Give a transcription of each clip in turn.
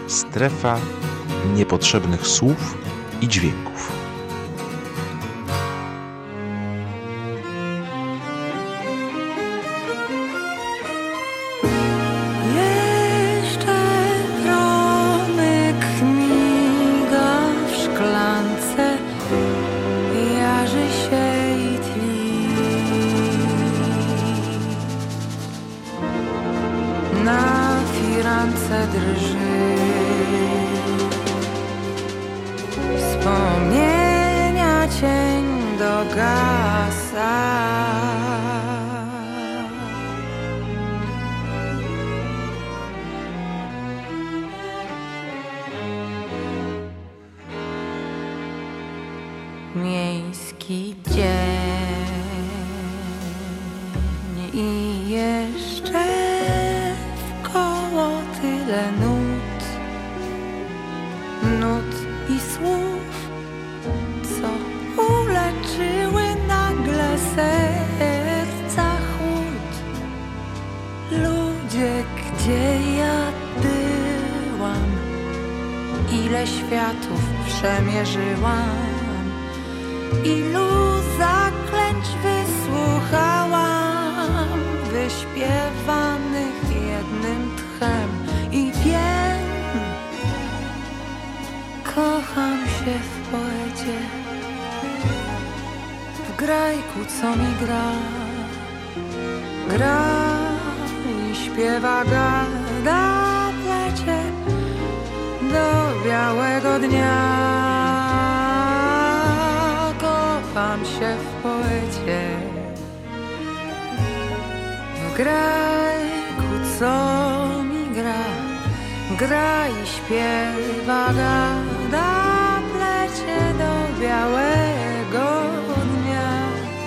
strefa niepotrzebnych słów i dźwięków. Drży wspomnienia, cień dogasa. Miejski dzień i jeszcze tyle nut i słów, co uleczyły nagle serca chłód. Ludzie, gdzie ja byłam, ile światów przemierzyłam, ilu zaklęć wysłuchałam, wyśpiewanych jednym tchem. I wiem, kocham się w poecie, w grajku, co mi gra i śpiewa, gada, plecie do białego dnia. Kocham się w poecie, w grajku, co mi gra i śpiewa, gada, plecie do białego dnia.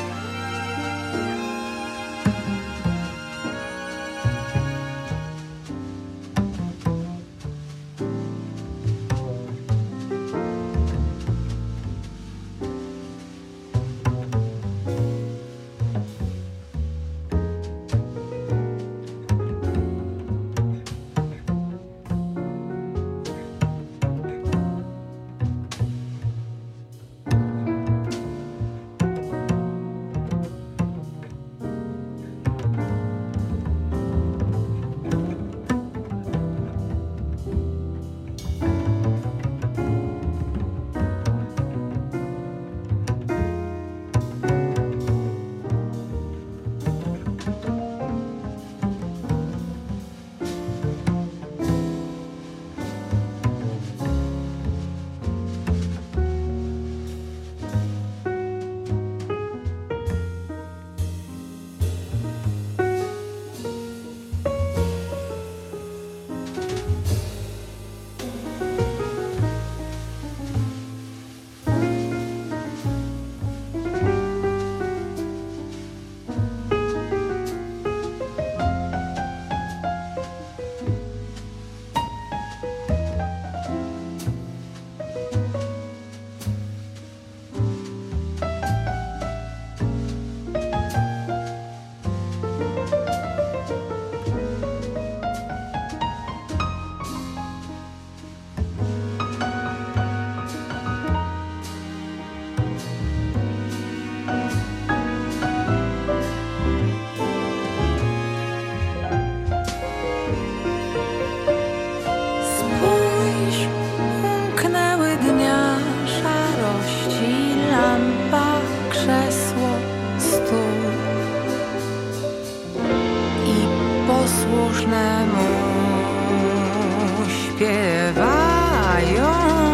Śpiewają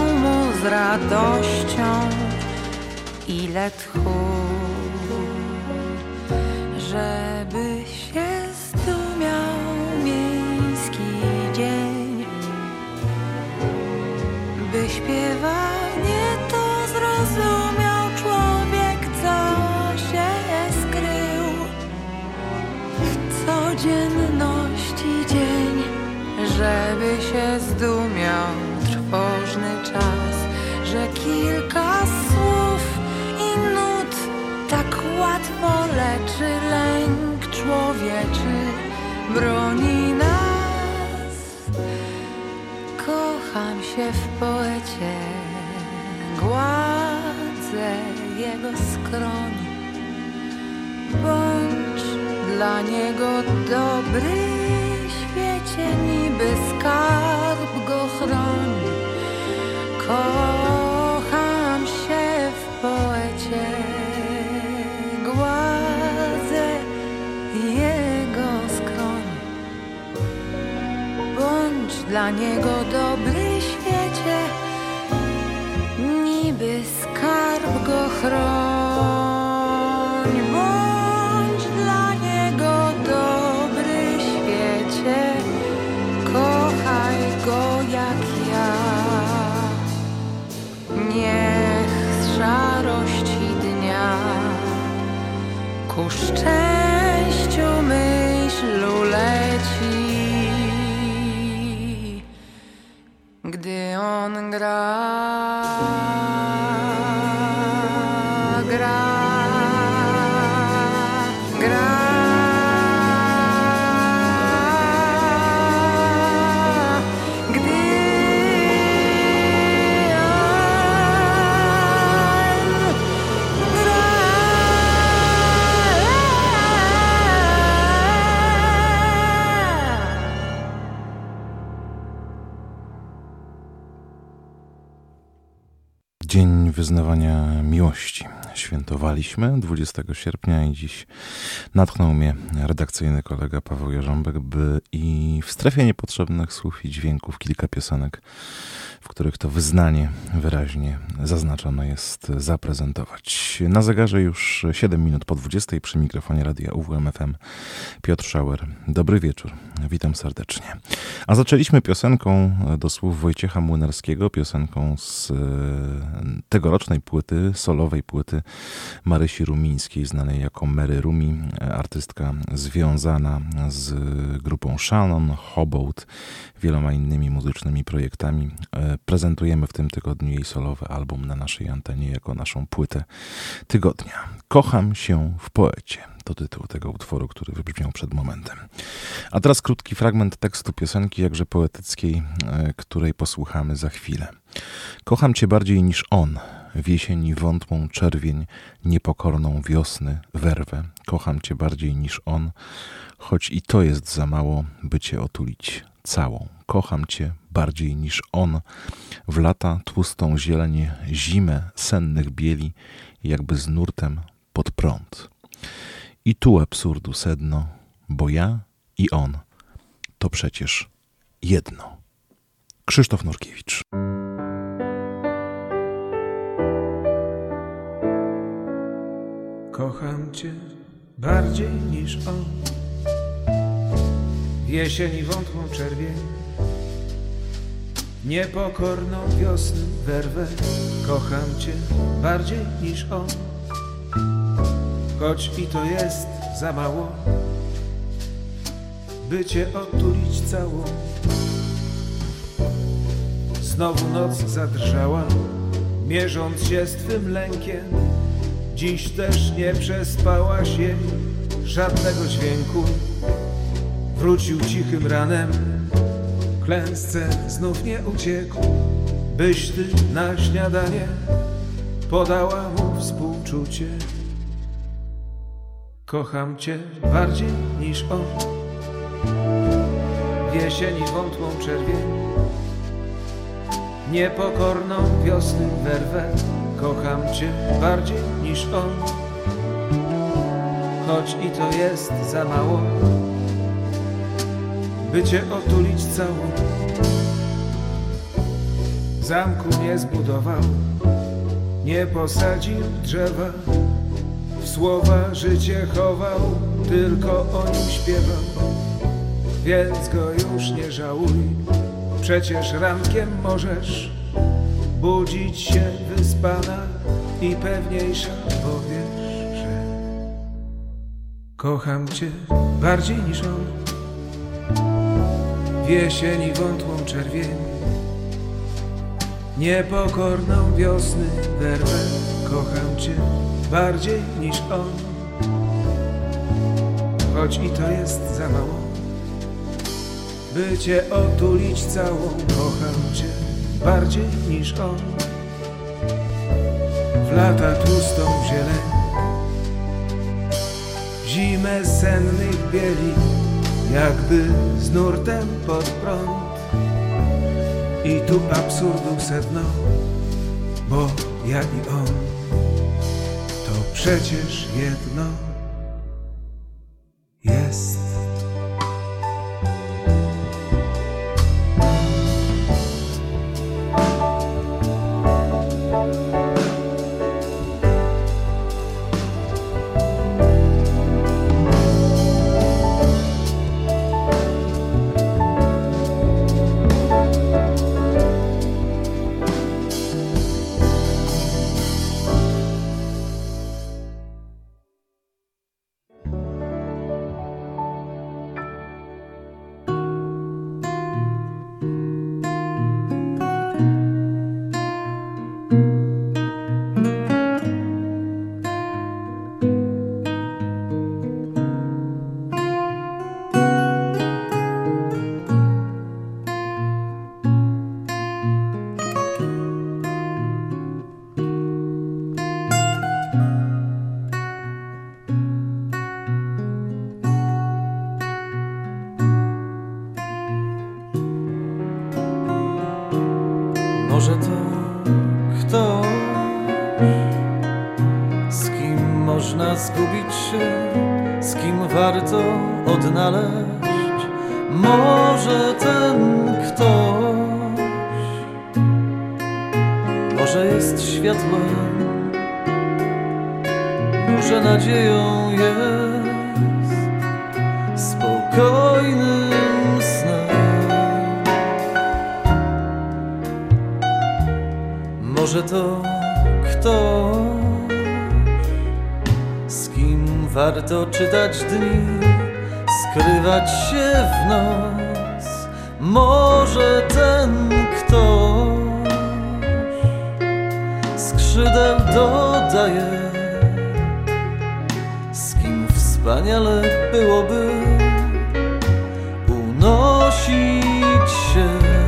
mu z radością, ile tchu, żeby się zdumiał miejski dzień, by śpiewanie to zrozumiał człowiek, co się skrył w codzienności dzień. Żeby się zdumiał trwożny czas, że kilka słów i nut tak łatwo leczy lęk człowieczy, broni nas. Kocham się w poecie, gładzę jego skroń. Bądź dla niego dobry, świecie niby skarb go chroni. Kocham się w poecie, gładzę jego skroń. Bądź dla niego dobry, świecie niby skarb go chroń. Bądź dla niego dobry, świecie, kochaj go jak ja. Niech z szarości dnia ku szczęściu myśl uleci, gdy on gra. Dzień wyznawania miłości świętowaliśmy 20 sierpnia i dziś natchnął mnie redakcyjny kolega Paweł Jarząbek, by i w strefie niepotrzebnych słów i dźwięków kilka piosenek, w których to wyznanie wyraźnie zaznaczone jest, zaprezentować. Na zegarze już 7 minut po 20 przy mikrofonie radia UWM FM Piotr Schauer. Dobry wieczór, witam serdecznie. A zaczęliśmy piosenką do słów Wojciecha Młynarskiego, piosenką z tegorocznej płyty, solowej płyty Marysi Rumińskiej, znanej jako Mary Rumi, artystka związana z grupą Shannon, Hobout, wieloma innymi muzycznymi projektami. Prezentujemy w tym tygodniu jej solowy album na naszej antenie jako naszą płytę tygodnia. Kocham się w poecie. To tytuł tego utworu, który wybrzmiał przed momentem. A teraz krótki fragment tekstu piosenki, jakże poetyckiej, której posłuchamy za chwilę. Kocham cię bardziej niż on, w jesieni wątłą czerwień, niepokorną wiosny werwę. Kocham cię bardziej niż on, choć i to jest za mało, by cię otulić całą. Kocham cię bardziej niż on, w lata tłustą zieleń, zimę sennych bieli, jakby z nurtem pod prąd. I tu absurdu sedno, bo ja i on to przecież jedno. Krzysztof Nurkiewicz. Kocham cię bardziej niż on, w jesieni wątłą czerwień, niepokorną wiosny werwę. Kocham cię bardziej niż on, choć i to jest za mało, by cię otulić całą. Znowu noc zadrżała, mierząc się z twym lękiem. Dziś też nie przespałaś jej żadnego dźwięku. Wrócił cichym ranem, klęsce znów nie uciekł. Byś ty na śniadanie podała mu współczucie. Kocham cię bardziej niż on, w jesieni wątłą czerwień, niepokorną wiosny werwę. Kocham cię bardziej niż on, choć i to jest za mało, by cię otulić całą. Zamku nie zbudował, nie posadził drzewa, w słowa życie chował, tylko o nim śpiewał. Więc go już nie żałuj, przecież rankiem możesz budzić się wyspana i pewniejsza, bo wiesz, że kocham cię bardziej niż on, w jesieni wątłą czerwień, niepokorną wiosny werwę. Kocham cię bardziej niż on, choć i to jest za mało, by cię otulić całą. Kocham cię bardziej niż on. W lata tłustą zieleń, zimę sennych bieli, jakby z nurtem pod prąd. I tu absurdu sedno, bo ja i on to przecież jedno jest. Może to ktoś, z kim można zgubić się, z kim warto odnaleźć. Może ten ktoś, może jest światłem, może nadzieją jest, spokojnym snem. Może to ktoś, z kim warto czytać dni, skrywać się w noc. Może ten ktoś skrzydeł dodaje, z kim wspaniale byłoby unosić się.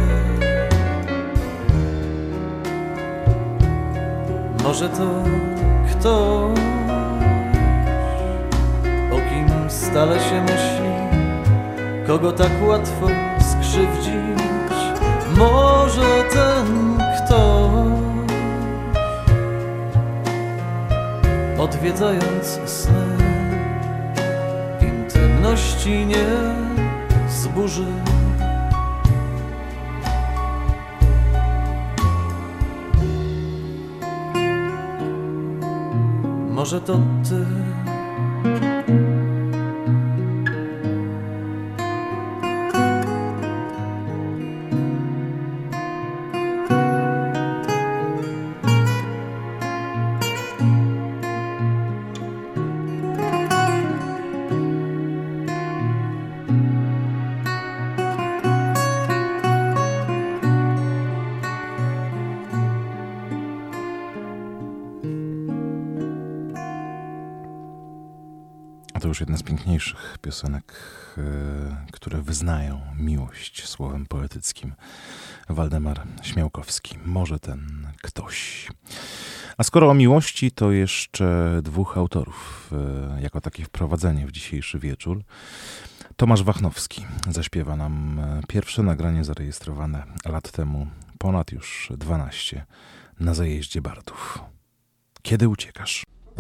Może to ktoś, o kim stale się myśli, kogo tak łatwo skrzywdzić. Może ten ktoś, odwiedzając sny, intymności nie zburzy. Może to ty. To już jedna z piękniejszych piosenek, które wyznają miłość słowem poetyckim. Waldemar Śmiałkowski. Może ten ktoś. A skoro o miłości, to jeszcze dwóch autorów, jako takie wprowadzenie w dzisiejszy wieczór. Tomasz Wachnowski zaśpiewa nam pierwsze nagranie zarejestrowane lat temu, ponad już 12, na Zajeździe Bardów. Kiedy uciekasz?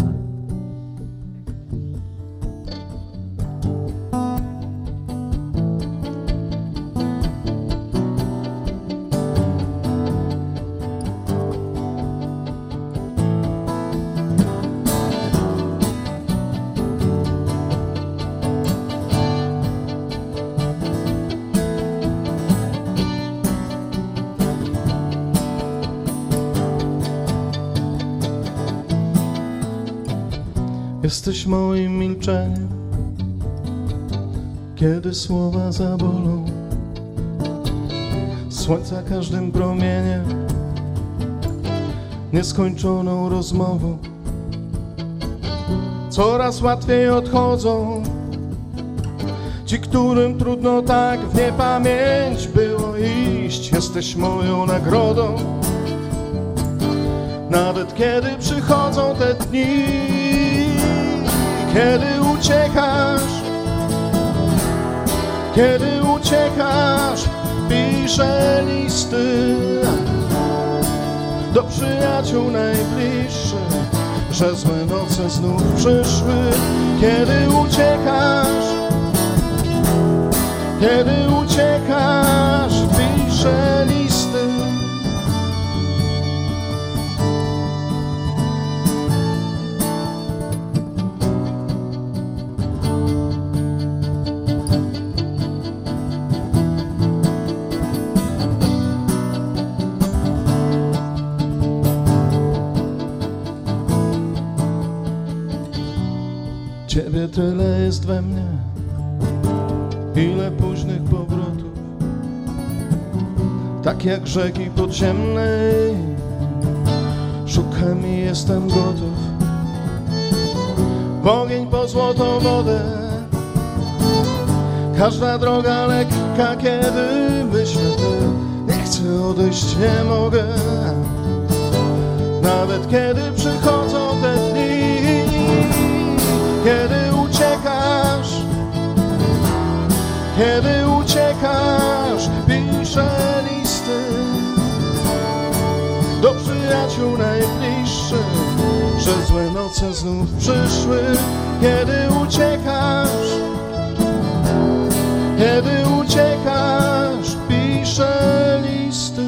Jesteś moim milczeniem, kiedy słowa zabolą. Słońca każdym promieniem, nieskończoną rozmową. Coraz łatwiej odchodzą ci, którym trudno tak w niepamięć było iść. Jesteś jesteś moją nagrodą. Nawet kiedy przychodzą te dni, kiedy uciekasz, piszę listy do przyjaciół najbliższych, że złe noce znów przyszły. Kiedy uciekasz, piszę listy. Ciebie tyle jest we mnie, ile późnych powrotów, tak jak rzeki podziemnej, szukam i jestem gotów. W ogień po złotą wodę, każda droga lekka, kiedy myślę, nie chcę odejść, nie mogę. Nawet kiedy przychodzą te dni, kiedy uciekasz, piszę listy do przyjaciół najbliższych, że złe noce znów przyszły. Kiedy uciekasz, piszę listy.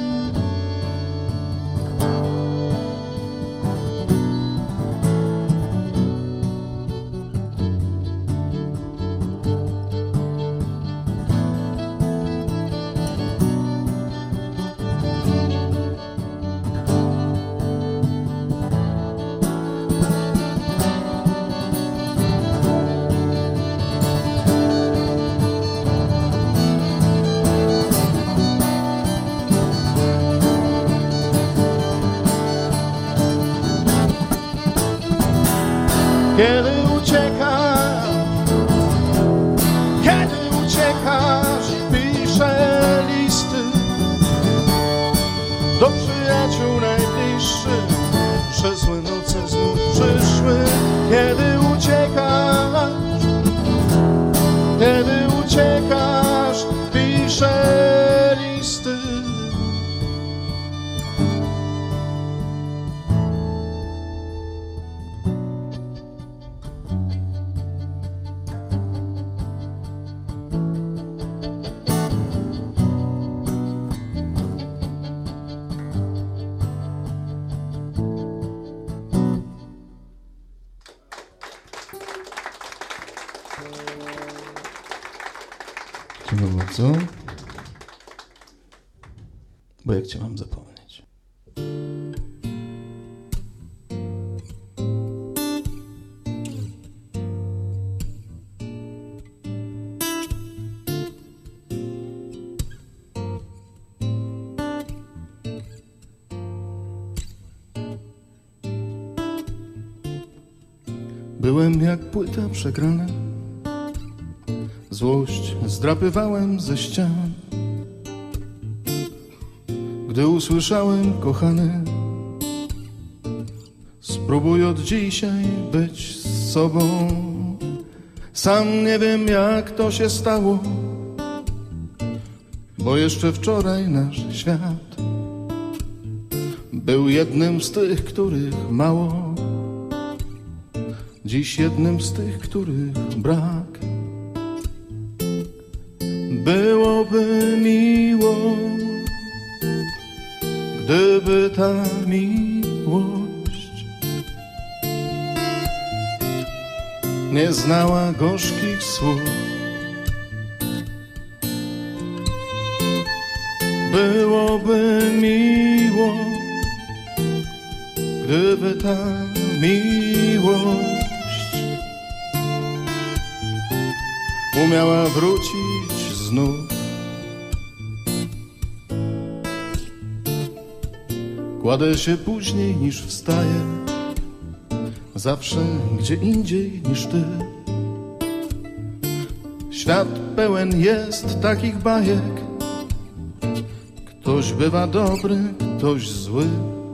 Kiedy uciekasz, piszę listy do przyjaciół najbliższych, że złe noce znów przyszły. Kiedy uciekasz, piszę listy. Dziękuję bardzo. Bo jak cię mam zapomnieć? Byłem jak płyta przegrana, złość zdrapywałem ze ścian. Gdy usłyszałem, kochany, spróbuj od dzisiaj być z sobą. Sam nie wiem, jak to się stało, bo jeszcze wczoraj nasz świat był jednym z tych, których mało, dziś jednym z tych, których brak. Byłoby miło, gdyby ta miłość nie znała gorzkich słów. Byłoby miło, gdyby ta miłość umiała wrócić znów. Kładę się później niż wstaję, zawsze gdzie indziej niż ty. Świat pełen jest takich bajek, Ktoś bywa dobry, ktoś zły.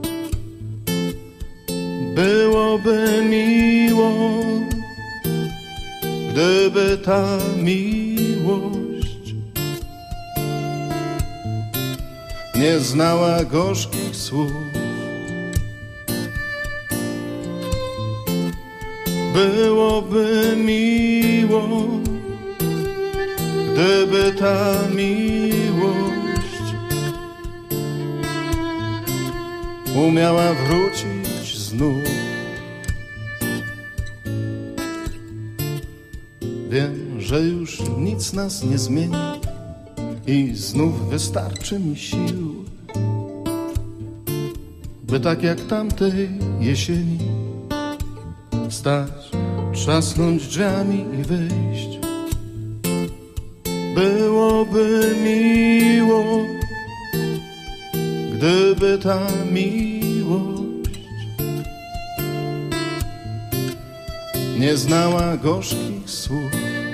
Byłoby miło, gdyby ta miłość nie znała gorzkich słów. Byłoby miło, gdyby ta miłość umiała wrócić znów. Wiem, że już nic nas nie zmieni i znów wystarczy mi sił, by tak jak tamtej jesieni wstać, trzasnąć drzwiami i wyjść. Byłoby miło, gdyby ta miłość nie znała gorzkich słów.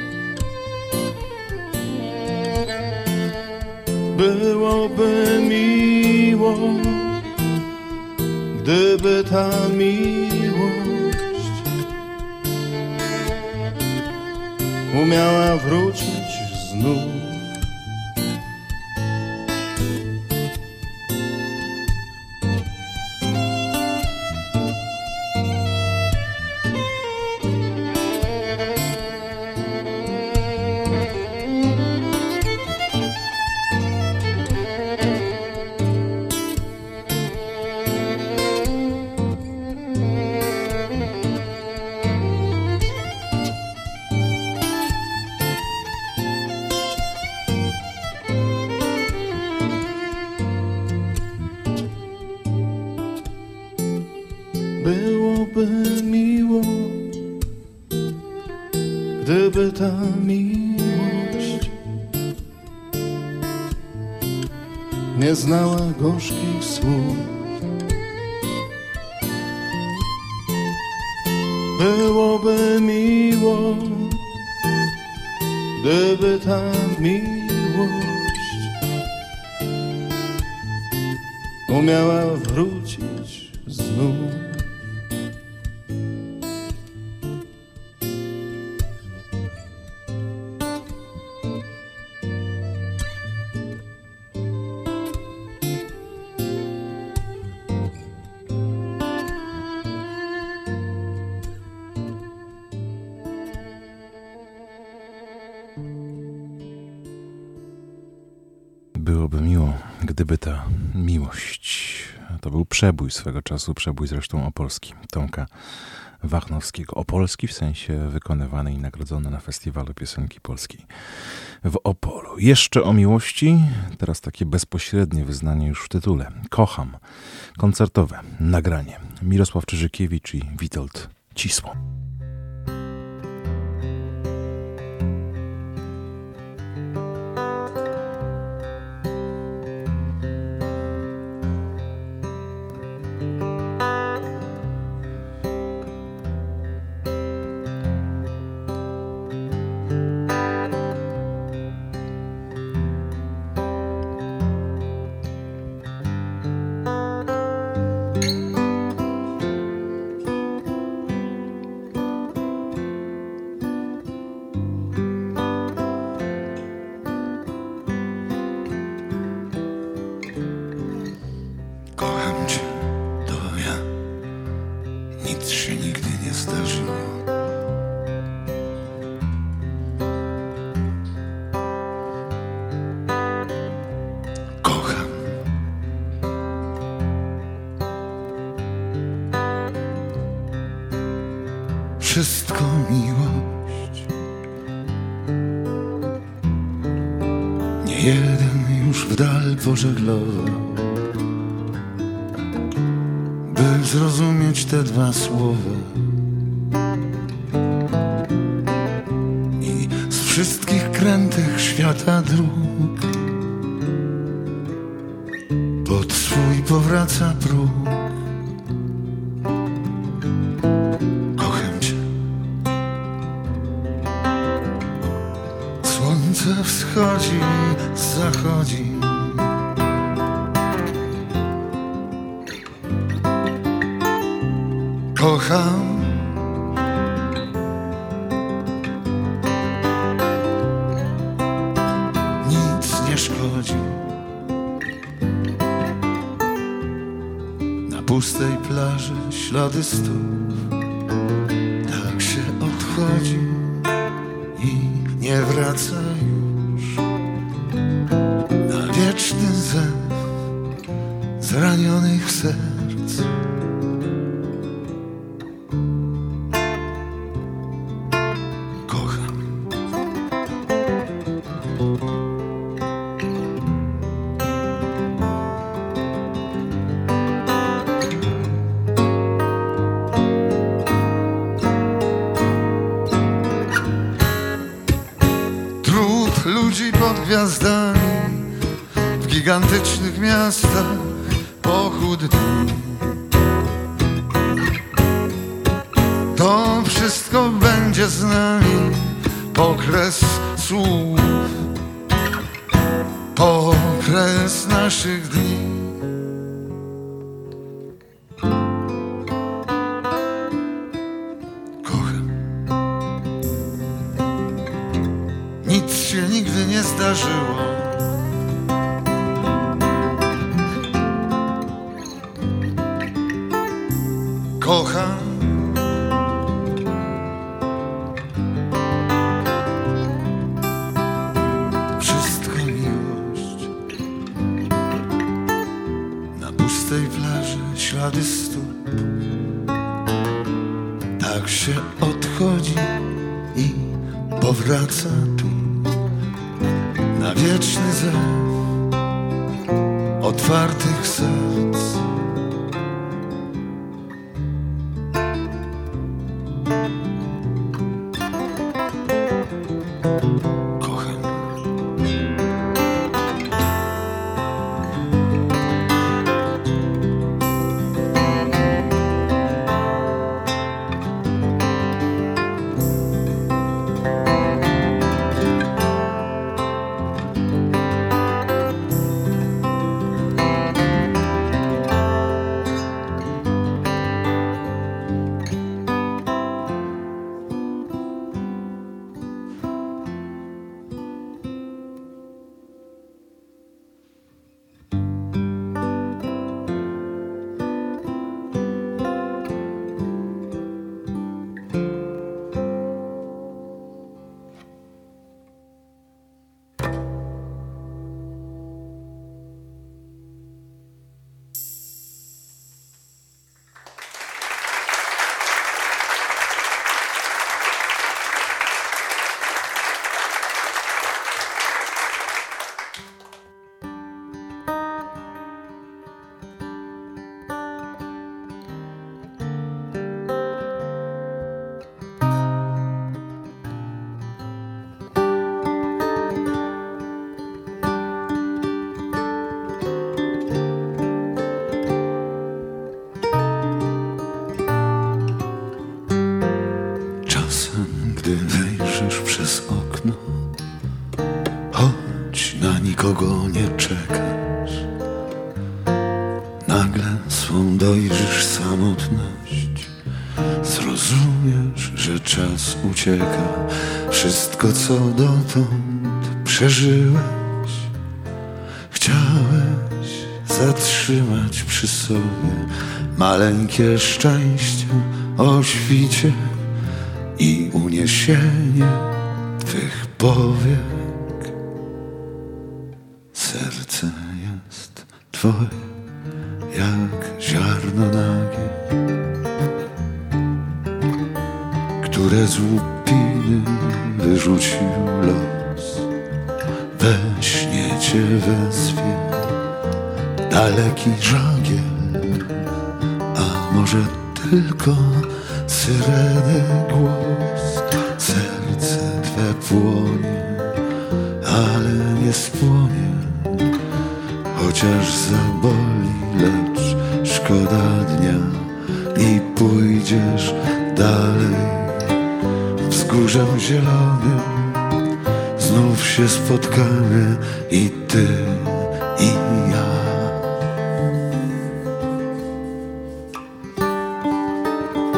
Byłoby miło, gdyby ta miłość umiała wrócić znów. Byłoby miło, gdyby ta miłość nie znała gorzkich słów. Byłoby miło, gdyby ta miłość umiała wrócić znów. Byłoby miło, gdyby ta miłość, to był przebój swego czasu, przebój zresztą opolski, Tomka Wachnowskiego. Opolski w sensie wykonywany i nagrodzony na Festiwalu Piosenki Polskiej w Opolu. Jeszcze o miłości, teraz takie bezpośrednie wyznanie już w tytule. Kocham. Koncertowe nagranie. Mirosław Czyżykiewicz i Witold Cisło. Wszystko miłość. Nie jeden już w dal pożeglował, by zrozumieć te dwa słowa. I z wszystkich krętych świata dróg pod swój powraca próg. Słońce wschodzi, zachodzi, kocham. Nic nie szkodzi. Na pustej plaży ślady stóp. Tak się odchodzi i nie wraca już. Na wieczny zew zranionych serc. Kocham. Trud ludzi pod gwiazdami w gigantycznych miastach, pochód dni. To wszystko będzie z nami, pokres słów, pokres naszych dni. Kocham. Nic się nigdy nie zdarzyło. Kocham. Wszystko miłość. Na pustej plaży ślady stóp. Tak się odchodzi i powraca tu. Na wieczny zew otwartych serc. Kocham. Gdy wejrzysz przez okno, choć na nikogo nie czekasz, nagle swą dojrzysz samotność. Zrozumiesz, że czas ucieka. Wszystko, co dotąd przeżyłeś, chciałeś zatrzymać przy sobie. Maleńkie szczęście o świcie i uniesienie twych powiek. Serce jest twoje jak ziarno nagie, które z łupiny wyrzucił los. We śnie cię wezwie daleki żagiel, a może tylko syreny głos. Serce twe płonie, ale nie spłonie, chociaż zaboli, lecz szkoda dnia. I pójdziesz dalej wzgórzem zielonym, znów się spotkamy i ty i ja.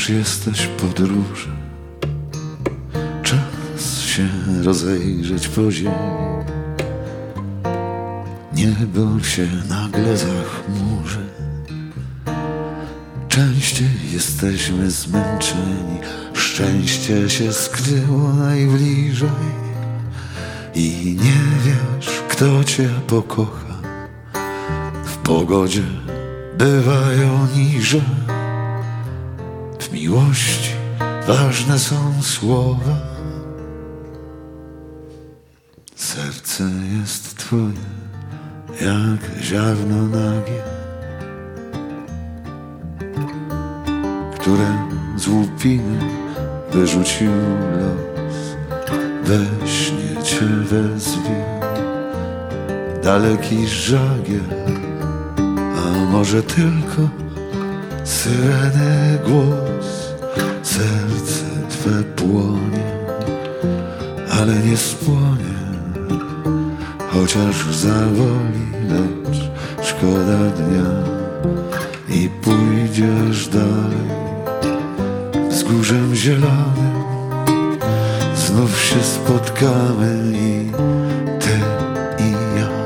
wciąż jesteś podróży. Czas się rozejrzeć po ziemi. Niebo się nagle zachmurzy. Częściej jesteśmy zmęczeni. Szczęście się skryło najbliżej. I nie wiesz, kto cię pokocha. W pogodzie bywają niże. W miłości ważne są słowa. Serce jest twoje, jak ziarno nagie, które z łupiny wyrzucił los. We śnie cię wezwie daleki żagiel, a może tylko syreny głos. Serce twe płonie, ale nie spłonie, chociaż zawoli, lecz szkoda dnia. I pójdziesz dalej wzgórzem zielonym. Znów się spotkamy i ty i ja.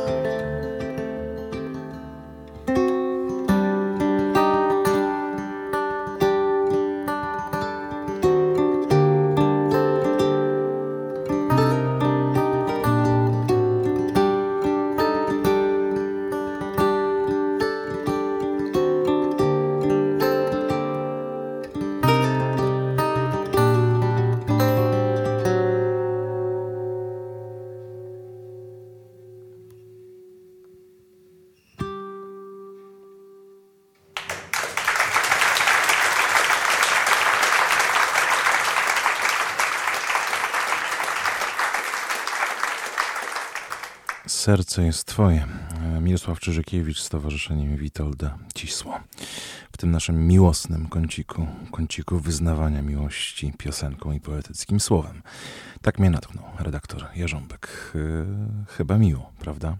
Serce jest twoje. Mirosław Czyżykiewicz z Stowarzyszeniem Witolda Cisło. W tym naszym miłosnym kąciku wyznawania miłości piosenką i poetyckim słowem. Tak mnie natknął redaktor Jarząbek. Chyba miło, prawda?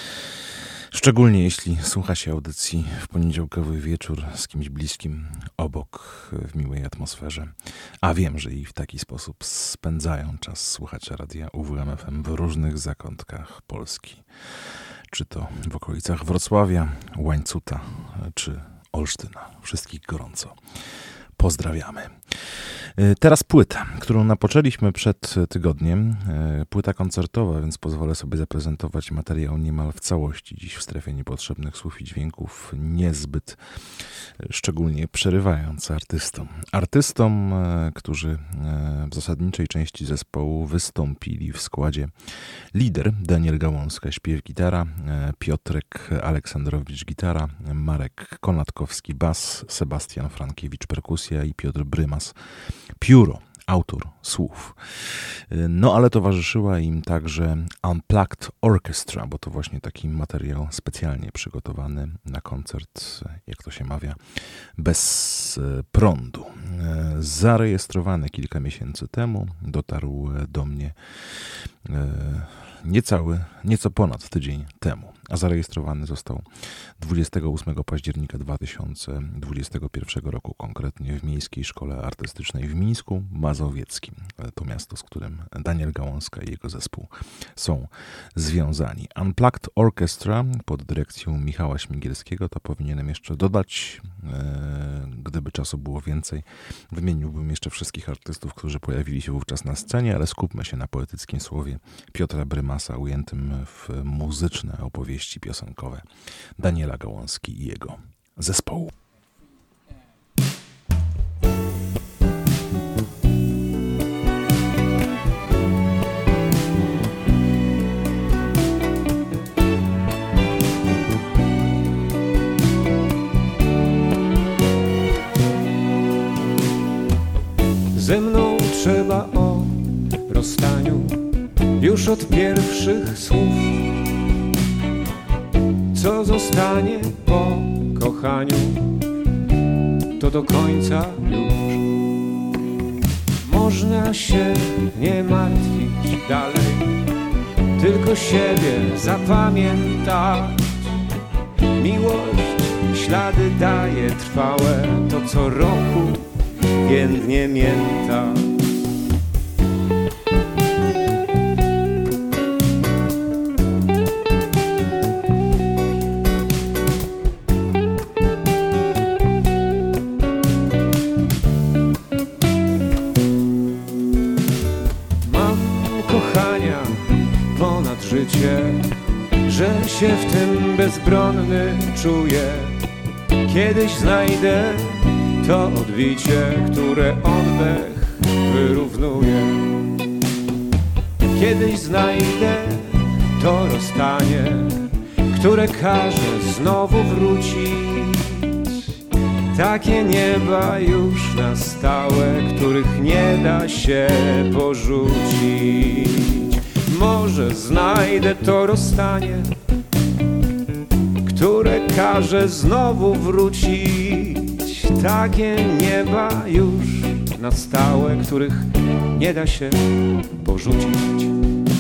Szczególnie jeśli słucha się audycji w poniedziałkowy wieczór z kimś bliskim obok, w miłej atmosferze. A wiem, że i w taki sposób spędzają czas słuchacze radia UWM FM w różnych zakątkach Polski. Czy to w okolicach Wrocławia, Łańcuta, czy Olsztyna. Wszystkich gorąco pozdrawiamy. Teraz płyta, którą napoczęliśmy przed tygodniem. Płyta koncertowa, więc pozwolę sobie zaprezentować materiał niemal w całości. Dziś w strefie niepotrzebnych słów i dźwięków, niezbyt szczególnie przerywając artystom, którzy w zasadniczej części zespołu wystąpili w składzie lider Daniel Gałązka, śpiew, gitara, Piotrek Aleksandrowicz, gitara, Marek Konatkowski, bas, Sebastian Frankiewicz, perkusja i Piotr Brymas, pióro, autor słów. No ale towarzyszyła im także Unplugged Orchestra, bo to właśnie taki materiał specjalnie przygotowany na koncert, jak to się mawia, bez prądu. Zarejestrowany kilka miesięcy temu, dotarł do mnie nieco ponad tydzień temu, a zarejestrowany został 28 października 2021 roku, konkretnie w Miejskiej Szkole Artystycznej w Mińsku Mazowieckim. To miasto, z którym Daniel Gałązka i jego zespół są związani. Unplugged Orchestra pod dyrekcją Michała Śmigielskiego, to powinienem jeszcze dodać, gdyby czasu było więcej, wymieniłbym jeszcze wszystkich artystów, którzy pojawili się wówczas na scenie, ale skupmy się na poetyckim słowie Piotra Brymasa, ujętym w muzyczne opowieści piosenkowe Daniela Gałązki i jego zespołu. Ze mną trzeba o rozstaniu już od pierwszych słów. Co zostanie po kochaniu, to do końca już. Można się nie martwić dalej, tylko siebie zapamiętać. Miłość ślady daje trwałe, to co roku więdnie mięta. Mam kochania ponad życie, że się w tym bezbronny czuję. Kiedyś znajdę to odbicie, które oddech wyrównuje. Kiedyś znajdę to rozstanie, które każe znowu wrócić. Takie nieba już na stałe, których nie da się porzucić. Może znajdę to rozstanie, które każe znowu wrócić. Takie nieba już na stałe, których nie da się porzucić.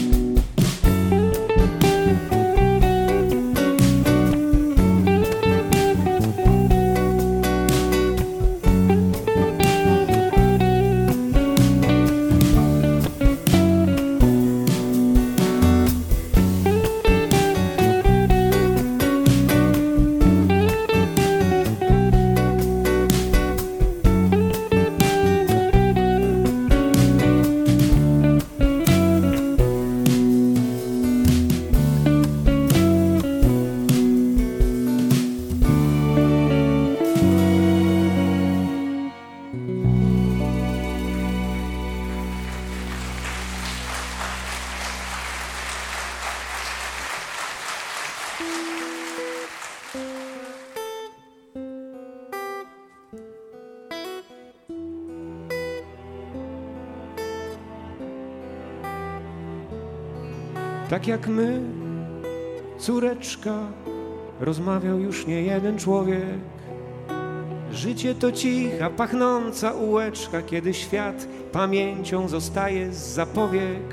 Tak jak my, córeczka, rozmawiał już nie jeden człowiek. Życie to cicha, pachnąca ułeczka, kiedy świat pamięcią zostaje z zapowiek.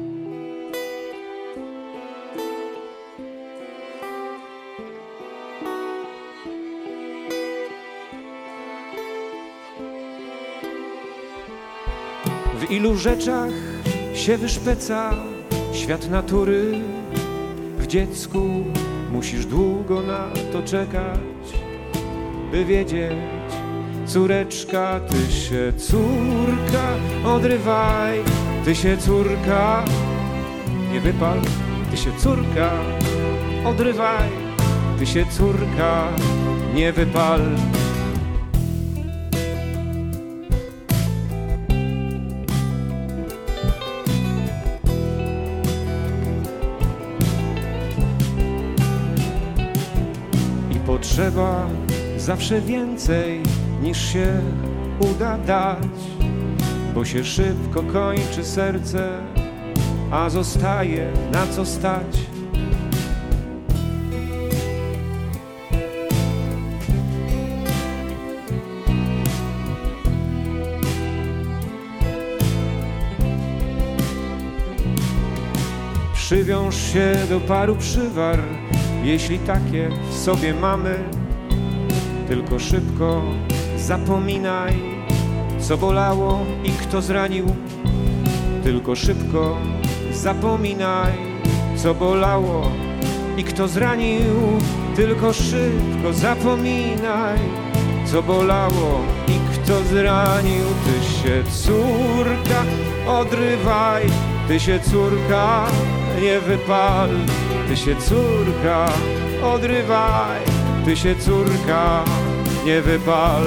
W ilu rzeczach się wyszpeca świat natury. W dziecku musisz długo na to czekać, by wiedzieć, córeczka, ty się córka, odrywaj, ty się córka, nie wypal, ty się córka, odrywaj, ty się córka, nie wypal. Potrzeba zawsze więcej niż się uda dać, bo się szybko kończy serce, a zostaje na co stać. Przywiąż się do paru przywar, jeśli takie w sobie mamy. Tylko szybko zapominaj, co bolało i kto zranił. Tylko szybko zapominaj, co bolało i kto zranił. Tylko szybko zapominaj, co bolało i kto zranił. Ty się córka, odrywaj, ty się córka, nie wypal. Ty się córka, odrywaj, ty się córka, nie wypal.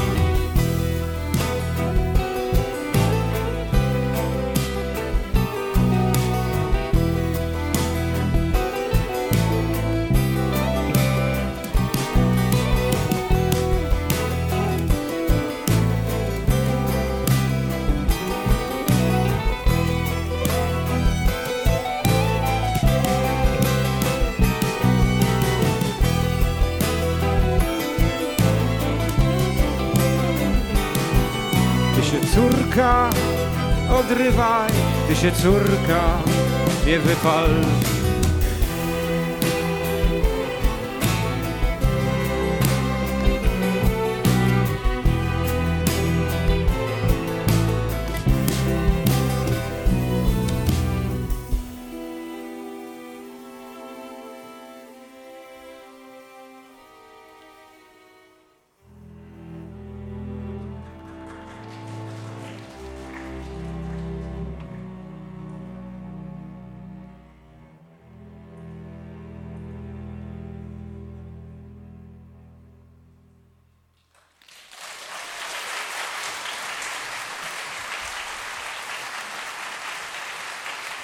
Córka, odrywaj, ty się córka, nie wypal.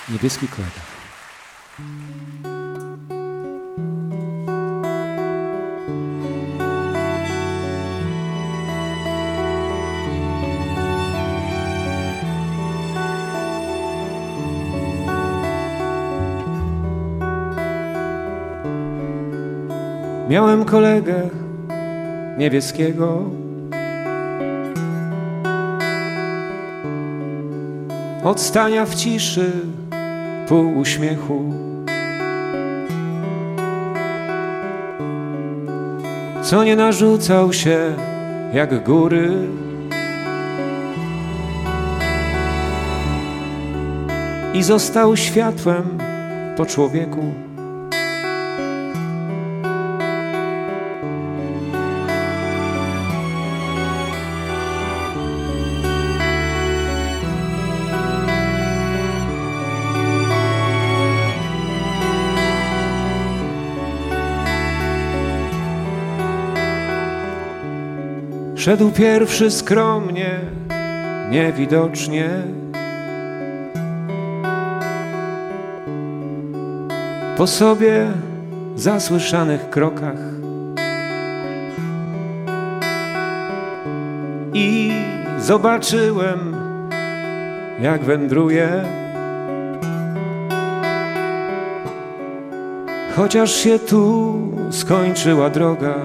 Niebieski kolega. Miałem kolegę niebieskiego, od stania w ciszy, pół uśmiechu, co nie narzucał się jak góry, i został światłem po człowieku. Szedł pierwszy skromnie, niewidocznie, po sobie zasłyszanych krokach, i zobaczyłem, jak wędruje, chociaż się tu skończyła droga.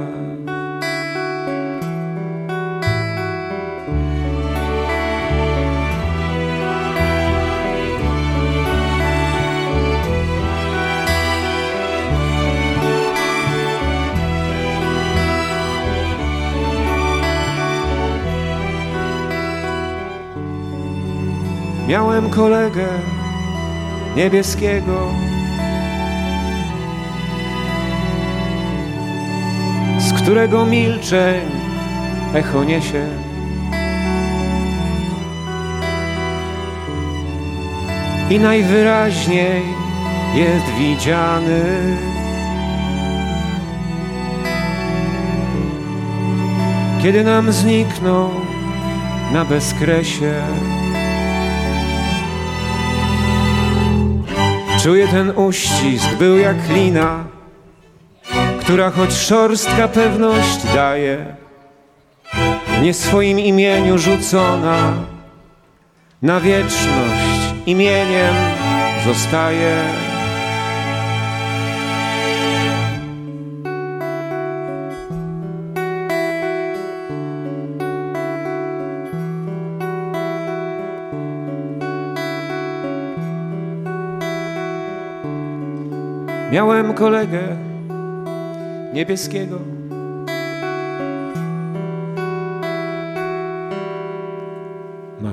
Miałem kolegę niebieskiego, z którego milczeń echo niesie. I najwyraźniej jest widziany, kiedy nam zniknął na bezkresie. Czuję ten uścisk, był jak lina, która choć szorstka pewność daje, w nie swoim imieniu rzucona, na wieczność imieniem zostaje. Miałem kolegę niebieskiego, mam.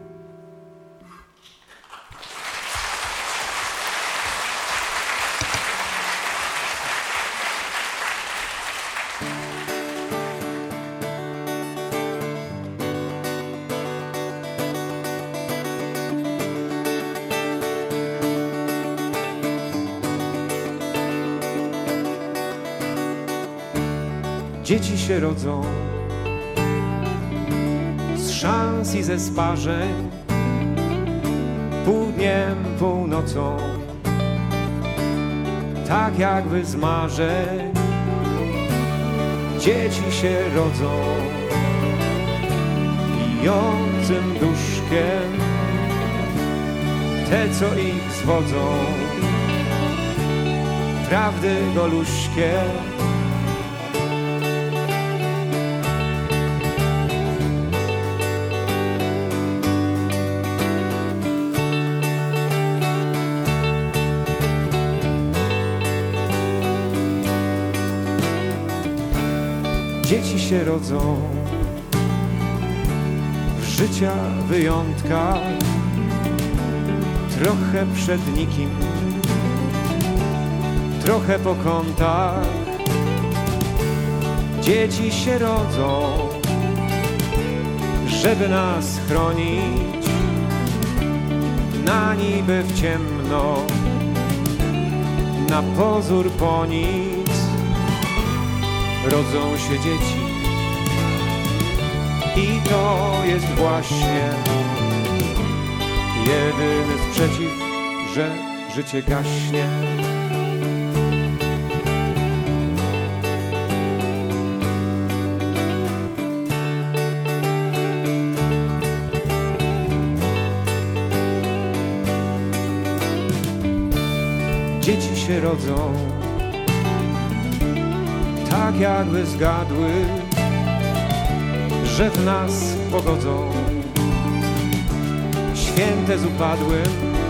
Dzieci się rodzą z szans i ze sparzeń, pół dniem, północą, tak jakby z marzeń. Dzieci się rodzą bijącym duszkiem, te co ich zwodzą, prawdy goluśkie. Dzieci się rodzą w życia wyjątkach, trochę przed nikim, trochę po kątach. Dzieci się rodzą, żeby nas chronić, na niby w ciemno, na pozór po nic. Rodzą się dzieci i to jest właśnie jedyny sprzeciw że życie gaśnie. Dzieci się rodzą, tak jakby zgadły, że w nas pogodzą święte z upadłym.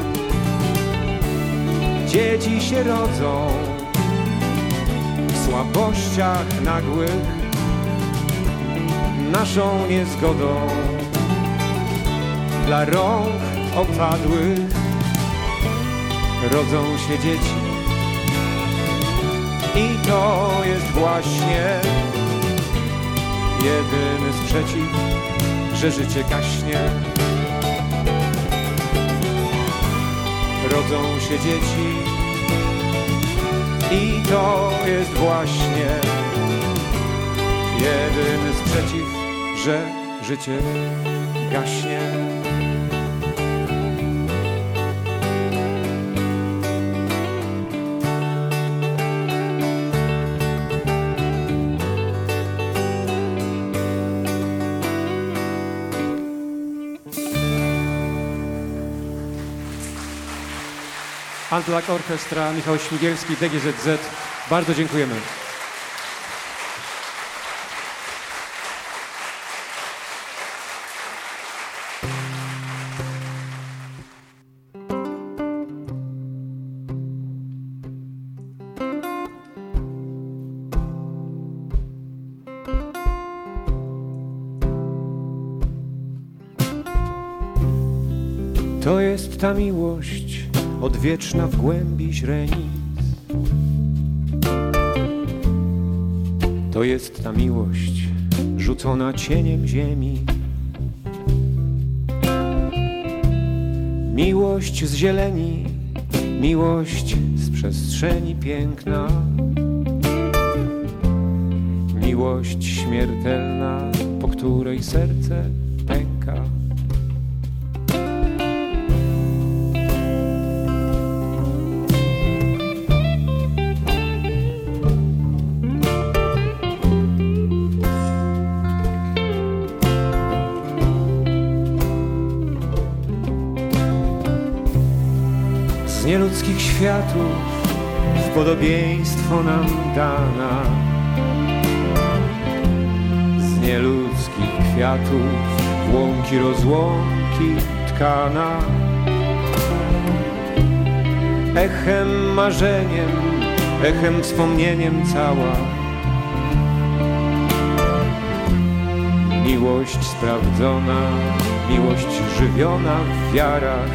Dzieci się rodzą w słabościach nagłych, naszą niezgodą dla rąk opadłych. Rodzą się dzieci i to jest właśnie jedyny sprzeciw, że życie gaśnie. Rodzą się dzieci i to jest właśnie jedyny sprzeciw, że życie gaśnie. Unplugged Orchestra, Michał Śmigielski, DGZZ. Bardzo dziękujemy. To jest ta miłość odwieczna w głębi źrenic. To jest ta miłość rzucona cieniem ziemi. Miłość z zieleni, miłość z przestrzeni piękna. Miłość śmiertelna, po której serce pęka. Z nieludzkich światów w podobieństwo nam dana, z nieludzkich kwiatów łąki rozłąki tkana, echem marzeniem, echem wspomnieniem cała. Miłość sprawdzona, miłość żywiona w wiarach.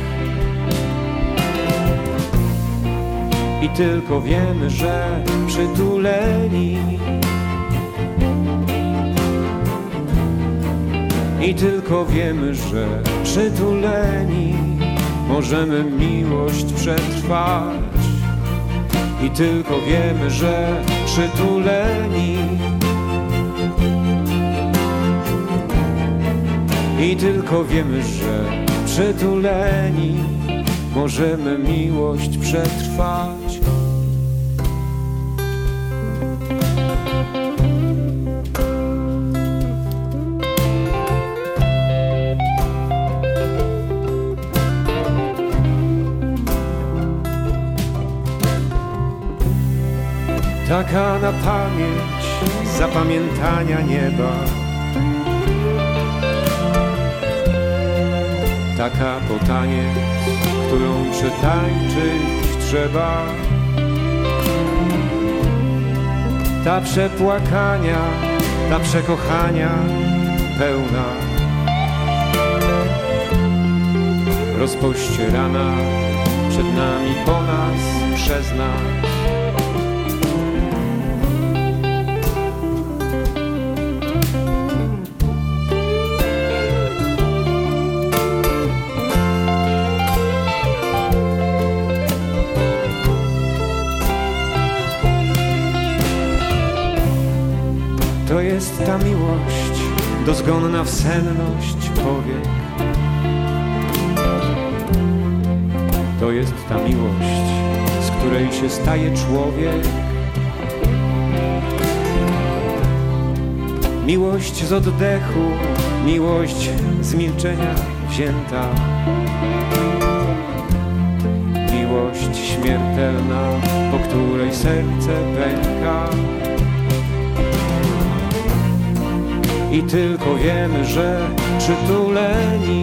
I tylko wiemy, że przytuleni. I tylko wiemy, że przytuleni możemy miłość przetrwać. I tylko wiemy, że przytuleni. I tylko wiemy, że przytuleni możemy miłość przetrwać. Taka na pamięć zapamiętania nieba. Taka po taniec, którą przetańczyć trzeba. Ta przepłakania, ta przekochania pełna. Rozpościerana przed nami, po nas, przez nas. To jest ta miłość, dozgonna w senność powiek. To jest ta miłość, z której się staje człowiek. Miłość z oddechu, miłość z milczenia wzięta. Miłość śmiertelna, po której serce pęka. I tylko wiemy, że przytuleni.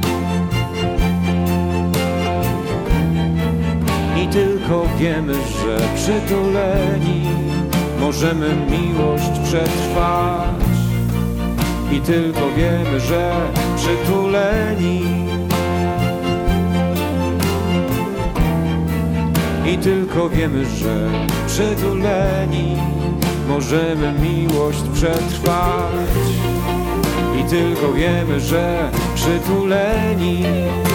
I tylko wiemy, że przytuleni możemy miłość przetrwać. I tylko wiemy, że przytuleni. I tylko wiemy, że przytuleni możemy miłość przetrwać. I tylko wiemy, że przytuleni.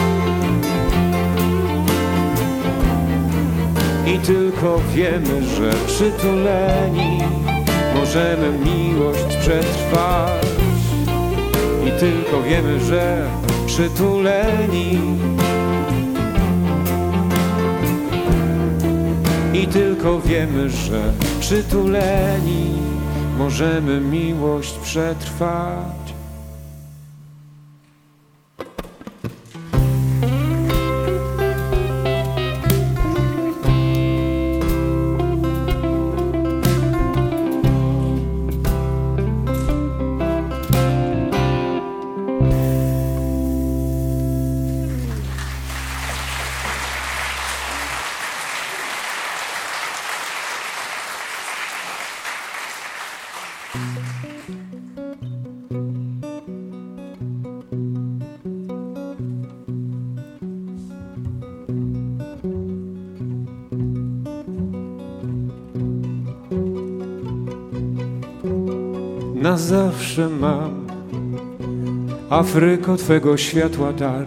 I tylko wiemy, że przytuleni możemy miłość przetrwać. I tylko wiemy, że przytuleni. I tylko wiemy, że przytuleni możemy miłość przetrwać. Na zawsze mam, Afryko, Twego światła dar.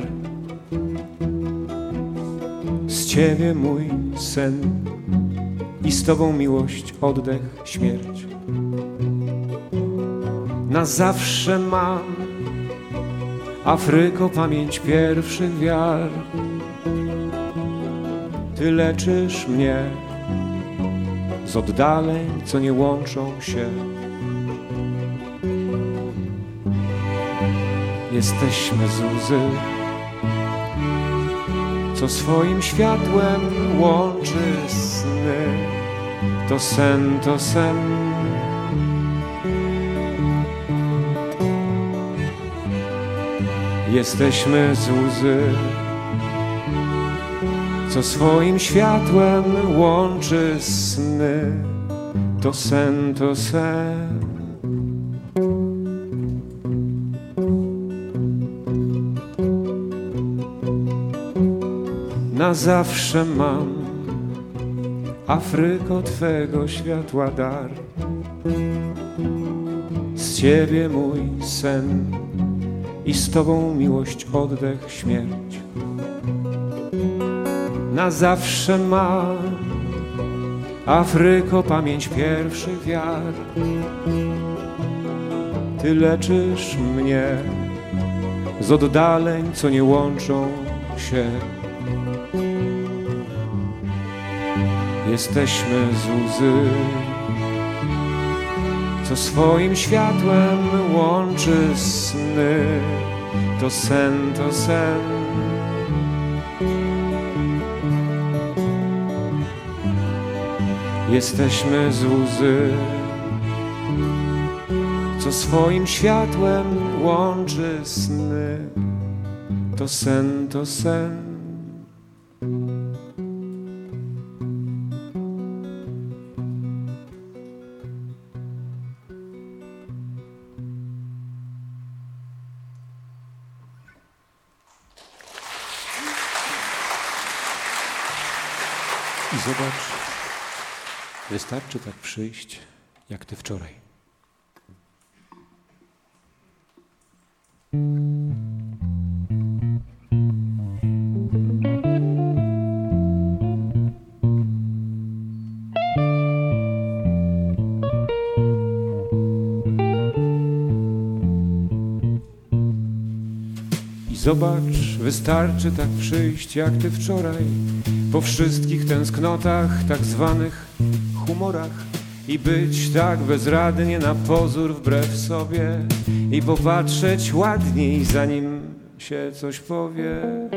Z Ciebie mój sen i z Tobą miłość, oddech, śmierć. Na zawsze mam, Afryko, pamięć pierwszych wiar. Ty leczysz mnie z oddaleń, co nie łączą się. Jesteśmy z łzy, co swoim światłem łączy sny. To sen, to sen. Jesteśmy z łzy, co swoim światłem łączy sny. To sen, to sen. Na zawsze mam, Afryko, Twego światła dar. Z Ciebie mój sen i z Tobą miłość, oddech, śmierć. Na zawsze mam, Afryko, pamięć pierwszych wiar. Ty leczysz mnie z oddaleń, co nie łączą się. Jesteśmy z łzy, co swoim światłem łączy sny. To sen, to sen. Jesteśmy z łzy, co swoim światłem łączy sny. To sen, to sen. I zobacz, wystarczy tak przyjść, jak ty wczoraj. I Zobacz, wystarczy tak przyjść jak ty wczoraj, po wszystkich tęsknotach, tak zwanych humorach, i być tak bezradnie na pozór wbrew sobie i popatrzeć ładniej, zanim się coś powie.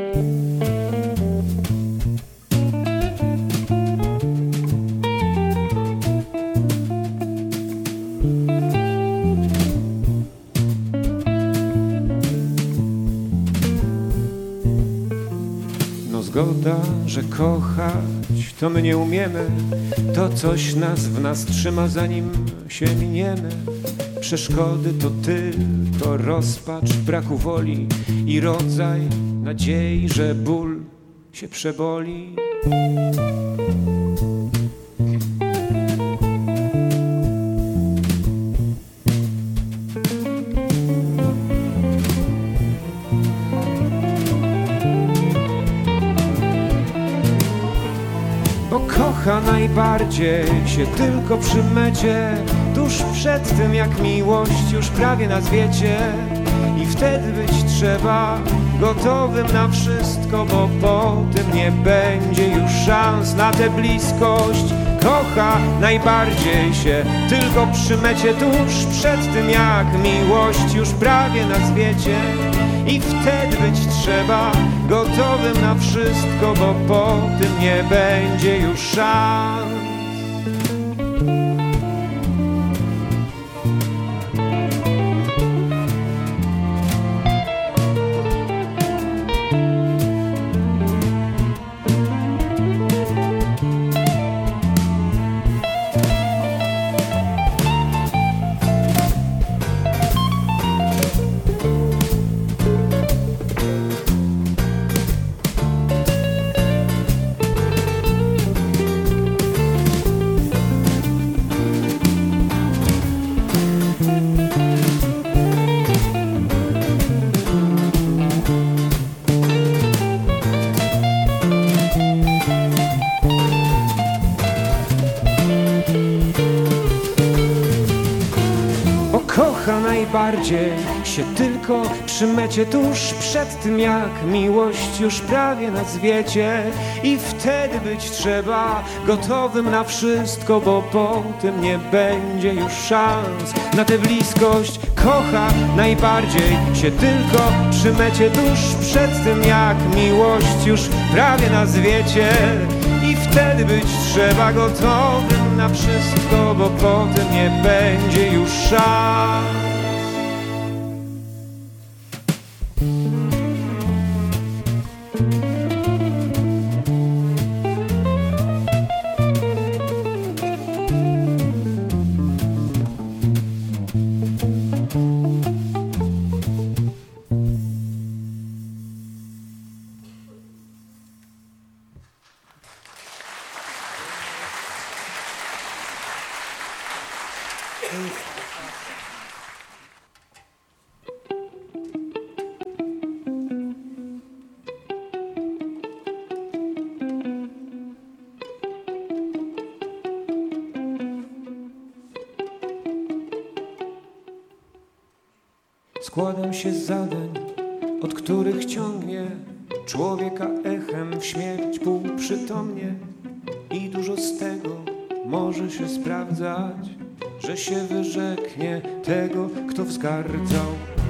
Zgoda, że kochać to my nie umiemy, to coś nas w nas trzyma, zanim się miniemy. Przeszkody to tylko rozpacz braku woli i rodzaj nadziei, że ból się przeboli. Kocha najbardziej się tylko przy mecie, tuż przed tym jak miłość już prawie nazwiecie. I wtedy być trzeba gotowym na wszystko, bo po tym nie będzie już szans na tę bliskość. Kocha najbardziej się tylko przy mecie, tuż przed tym jak miłość już prawie nazwiecie. I wtedy być trzeba gotowym na wszystko, bo po tym nie będzie już szans. Kocha najbardziej się tylko przy mecie, tuż przed tym jak miłość już prawie nazwiecie. I wtedy być trzeba gotowym na wszystko, bo po tym nie będzie już szans na tę bliskość. Kocha najbardziej się tylko przy mecie, tuż przed tym jak miłość już prawie nazwiecie. I wtedy być trzeba gotowym na wszystko, bo potem nie będzie już szans. Składam się z zadań, od których ciągnie człowieka echem w śmierć półprzytomnie. I dużo z tego może się sprawdzać, że się wyrzeknie tego, kto wzgardzał.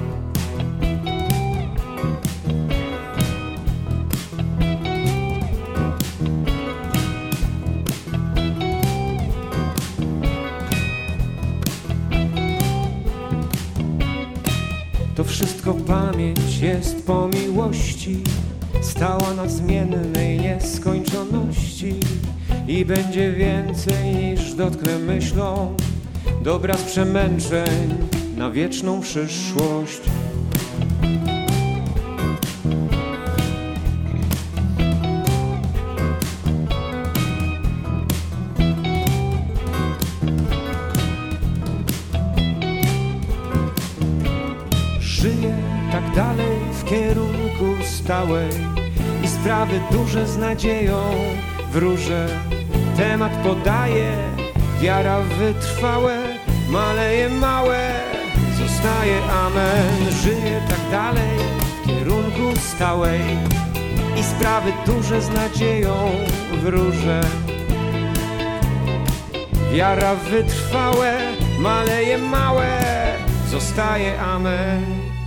To wszystko pamięć jest po miłości, stała na zmiennej nieskończoności. I będzie więcej niż dotknę myślą, dobra z przemęczeń na wieczną przyszłość. Żyję tak dalej w kierunku stałej i sprawy duże z nadzieją wróżę. Temat podaje, wiara wytrwałe, maleje małe, zostaje amen. Żyję tak dalej w w kierunku stałej i sprawy duże z nadzieją wróżę. Wiara wytrwałe, maleje małe, zostaje amen.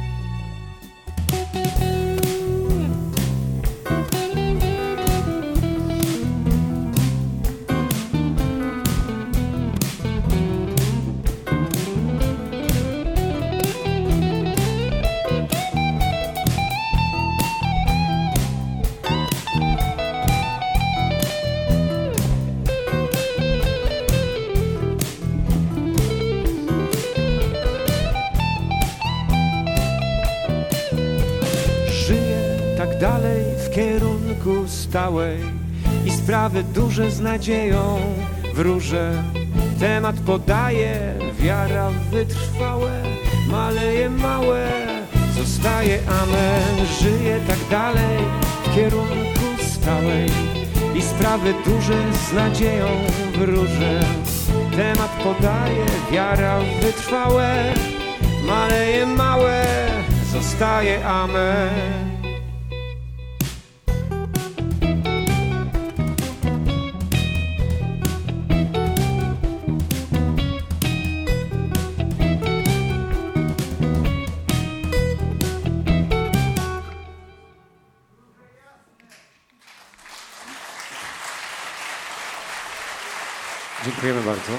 Dalej w kierunku stałej i sprawy duże z nadzieją wróżę. Temat podaje, wiara wytrwałe, maleje małe, zostaje amen. Żyję tak dalej w kierunku stałej i sprawy duże z nadzieją wróżę. Temat podaje, wiara wytrwałe, maleje małe, zostaje amen. Dziękujemy bardzo.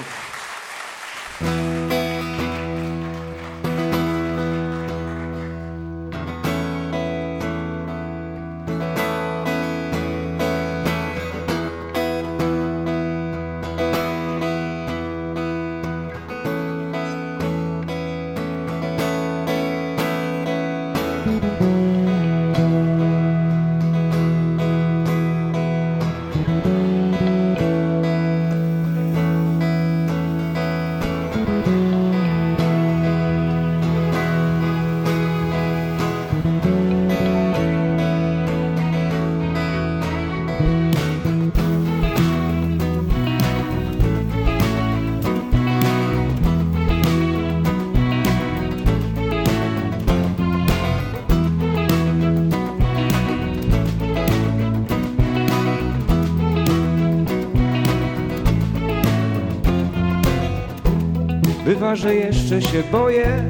Bywa, że jeszcze się boję,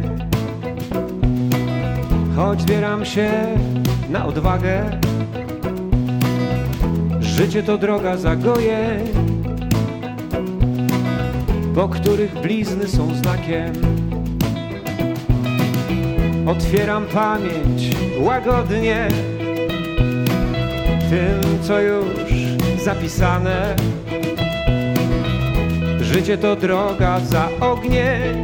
choć zbieram się na odwagę. Życie to droga zagojeń, po których blizny są znakiem. Otwieram pamięć łagodnie tym, co już zapisane. Życie to droga za ogniem,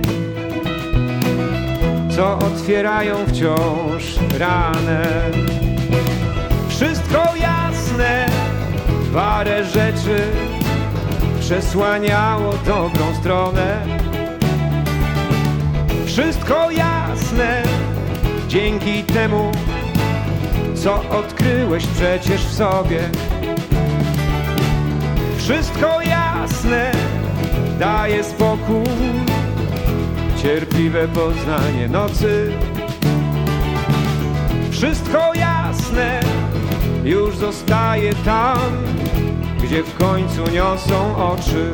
co otwierają wciąż ranę. Wszystko jasne, parę rzeczy przesłaniało dobrą stronę. Wszystko jasne, dzięki temu, co odkryłeś przecież w sobie. Wszystko jasne, daje spokój, cierpliwe poznanie nocy. Wszystko jasne już zostaje tam, gdzie w końcu niosą oczy.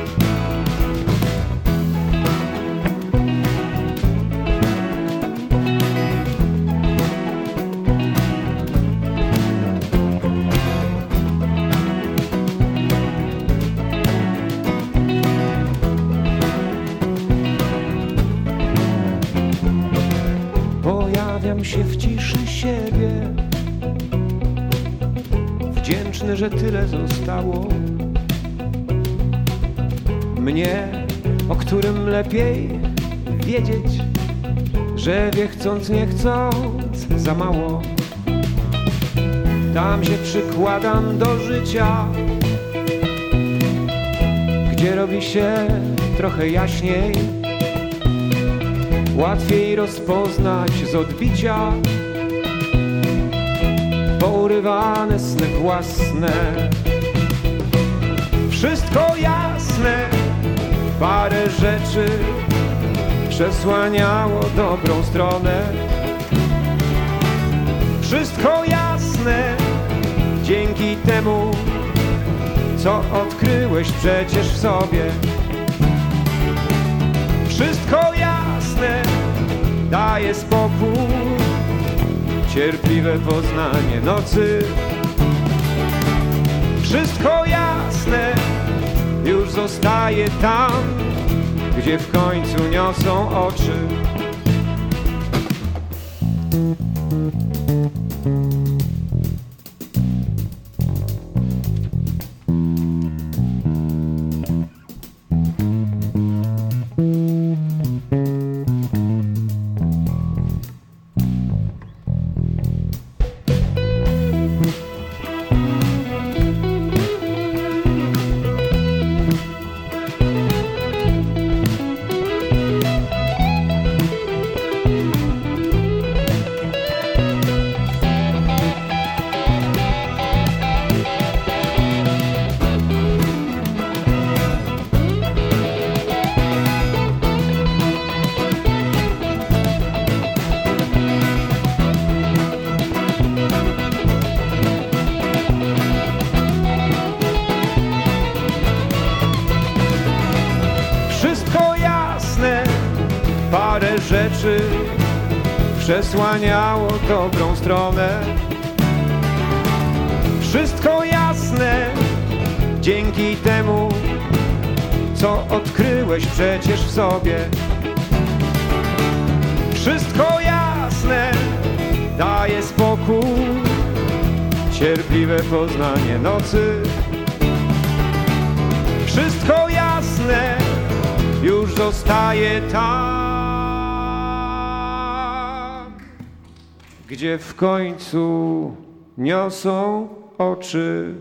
Pojawiam się w ciszy siebie, wdzięczny, że tyle zostało mnie, o którym lepiej wiedzieć, że wie chcąc nie chcąc za mało. Tam się przykładam do życia, gdzie robi się trochę jaśniej, łatwiej rozpoznać z odbicia pourywane sny własne. Wszystko jasne, parę rzeczy przesłaniało dobrą stronę. Wszystko jasne dzięki temu, co odkryłeś przecież w sobie. Wszystko jasne daje spokój, cierpliwe poznanie nocy. Wszystko jasne już zostaje tam, gdzie w końcu niosą oczy. Parę rzeczy przesłaniało dobrą stronę. Wszystko jasne dzięki temu, co odkryłeś przecież w sobie. Wszystko jasne daje spokój, cierpliwe poznanie nocy. Wszystko jasne już zostaje tam, gdzie w końcu niosą oczy.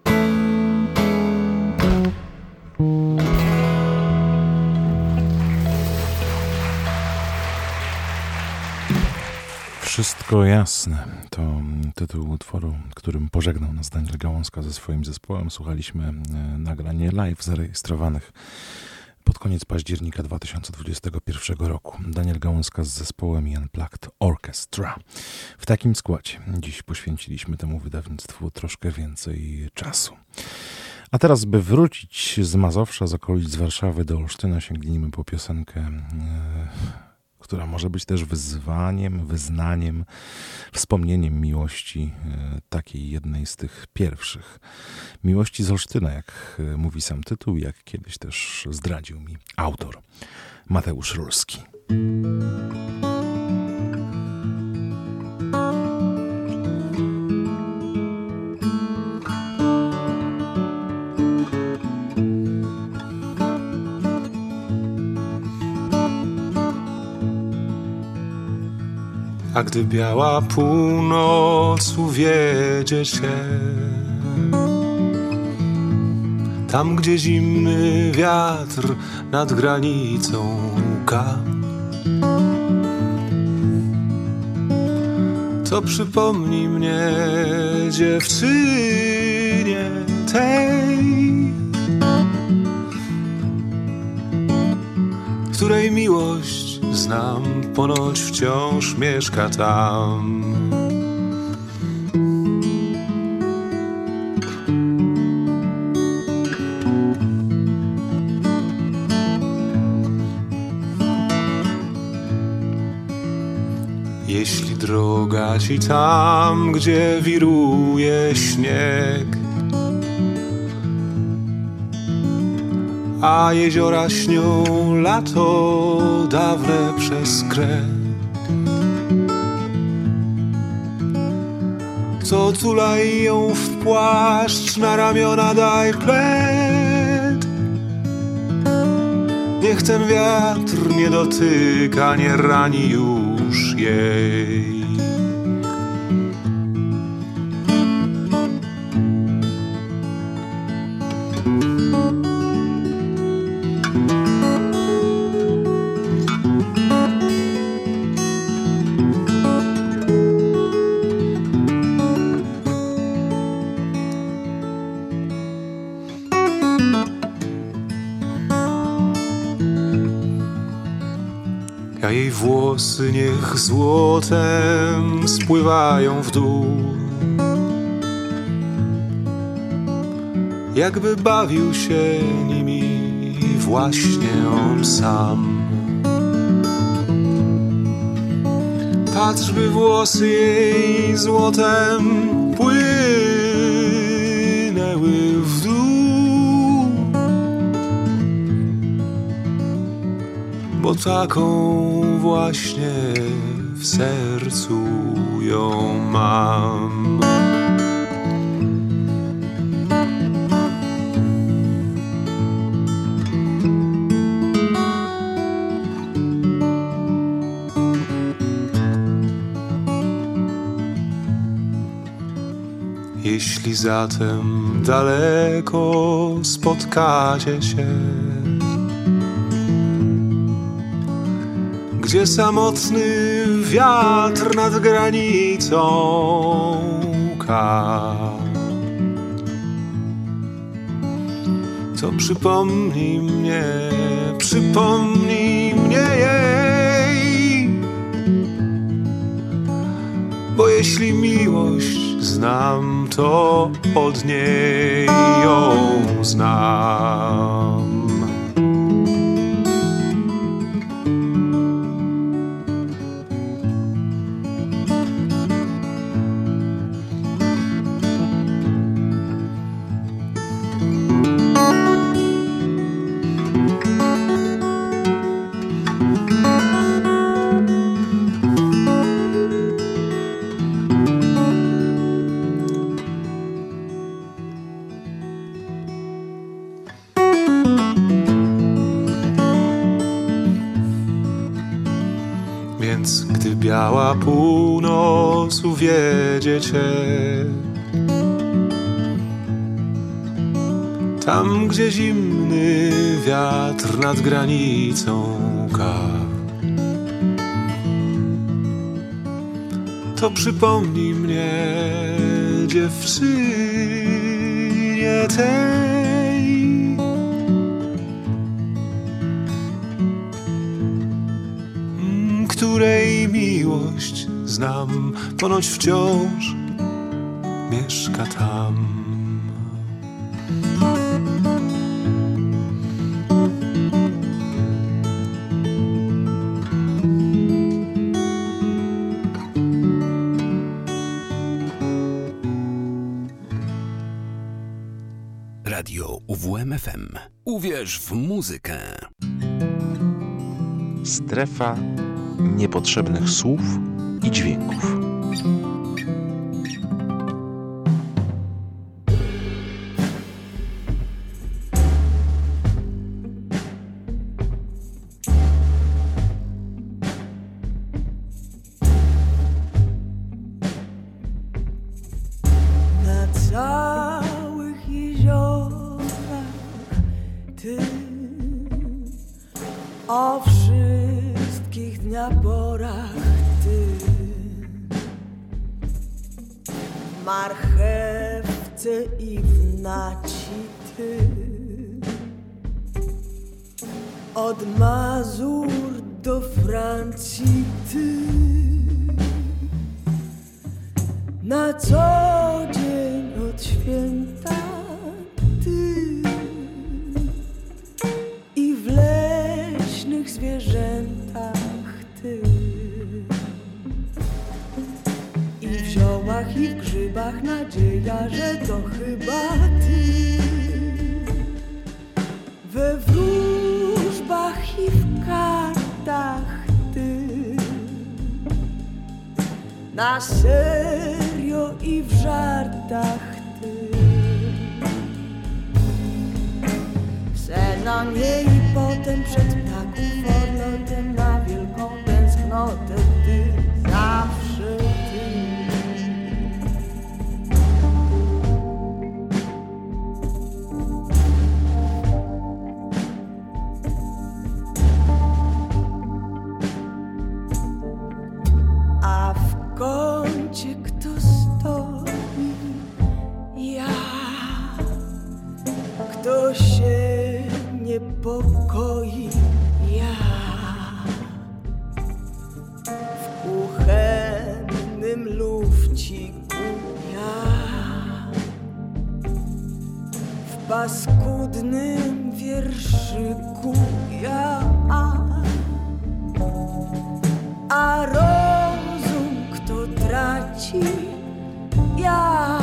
Wszystko jasne to tytuł utworu, którym pożegnał nas Daniel Gałązka ze swoim zespołem. Słuchaliśmy nagranie live zarejestrowanych pod koniec października 2021 roku. Daniel Gałązka z zespołem Unplugged Orchestra. W takim składzie dziś poświęciliśmy temu wydawnictwu troszkę więcej czasu. A teraz, by wrócić z Mazowsza, z okolic Warszawy do Olsztyna, sięgnijmy po piosenkę, która może być też wyzwaniem, wyznaniem, wspomnieniem miłości, takiej jednej z tych pierwszych. Miłości z Olsztyna, jak mówi sam tytuł, jak kiedyś też zdradził mi autor, Mateusz Rulski. A gdy biała północ uwiedzie cię, tam gdzie zimny wiatr nad granicą łka, to przypomnij mnie, dziewczynie tej, której miłość znam, ponoć wciąż mieszka tam. Jeśli droga ci tam, gdzie wiruje śnieg, a jeziora śnią lato dawne przez kres, to tulaj ją w płaszcz, na ramiona daj pled. Niech ten wiatr nie dotyka, nie rani już jej. a jej włosy niech złotem spływają w dół. Jakby bawił się nimi właśnie on sam. Patrz, by włosy jej złotem płynęły w dół, bo taką właśnie w sercu ją mam. Jeśli zatem daleko spotkacie się, gdzie samotny wiatr nad granicą ka, to przypomnij mnie jej, bo jeśli miłość znam, to od niej ją znam. Więc gdy biała północ uwiedzie cię, tam gdzie zimny wiatr nad granicą ka, to przypomnij mnie, dziewczynie tej, której miłość znam, ponoć wciąż mieszka tam. Radio UWMFM. Uwierz w muzykę. Strefa niepotrzebnych słów i dźwięków. Na całych jeziorach ty, o wszystkich dnia porach ty, w marchewce i w naci ty, od Mazur do Francji ty, na co dzień od święta ty i w leśnych zwierzętach ty, i w ziołach i w grzybach nadzieja, że to chyba ty, we wróżbach i w kartach ty, na serio i w żartach ty, w sezonie i potem przed ptaków orlotem na wielką tęsknotę ty, zawsze ty. A w kącie kto stoi? Ja. Kto się niepokoi? Ja. buciku ja w paskudnym wierszyku ja, a rozum kto traci ja,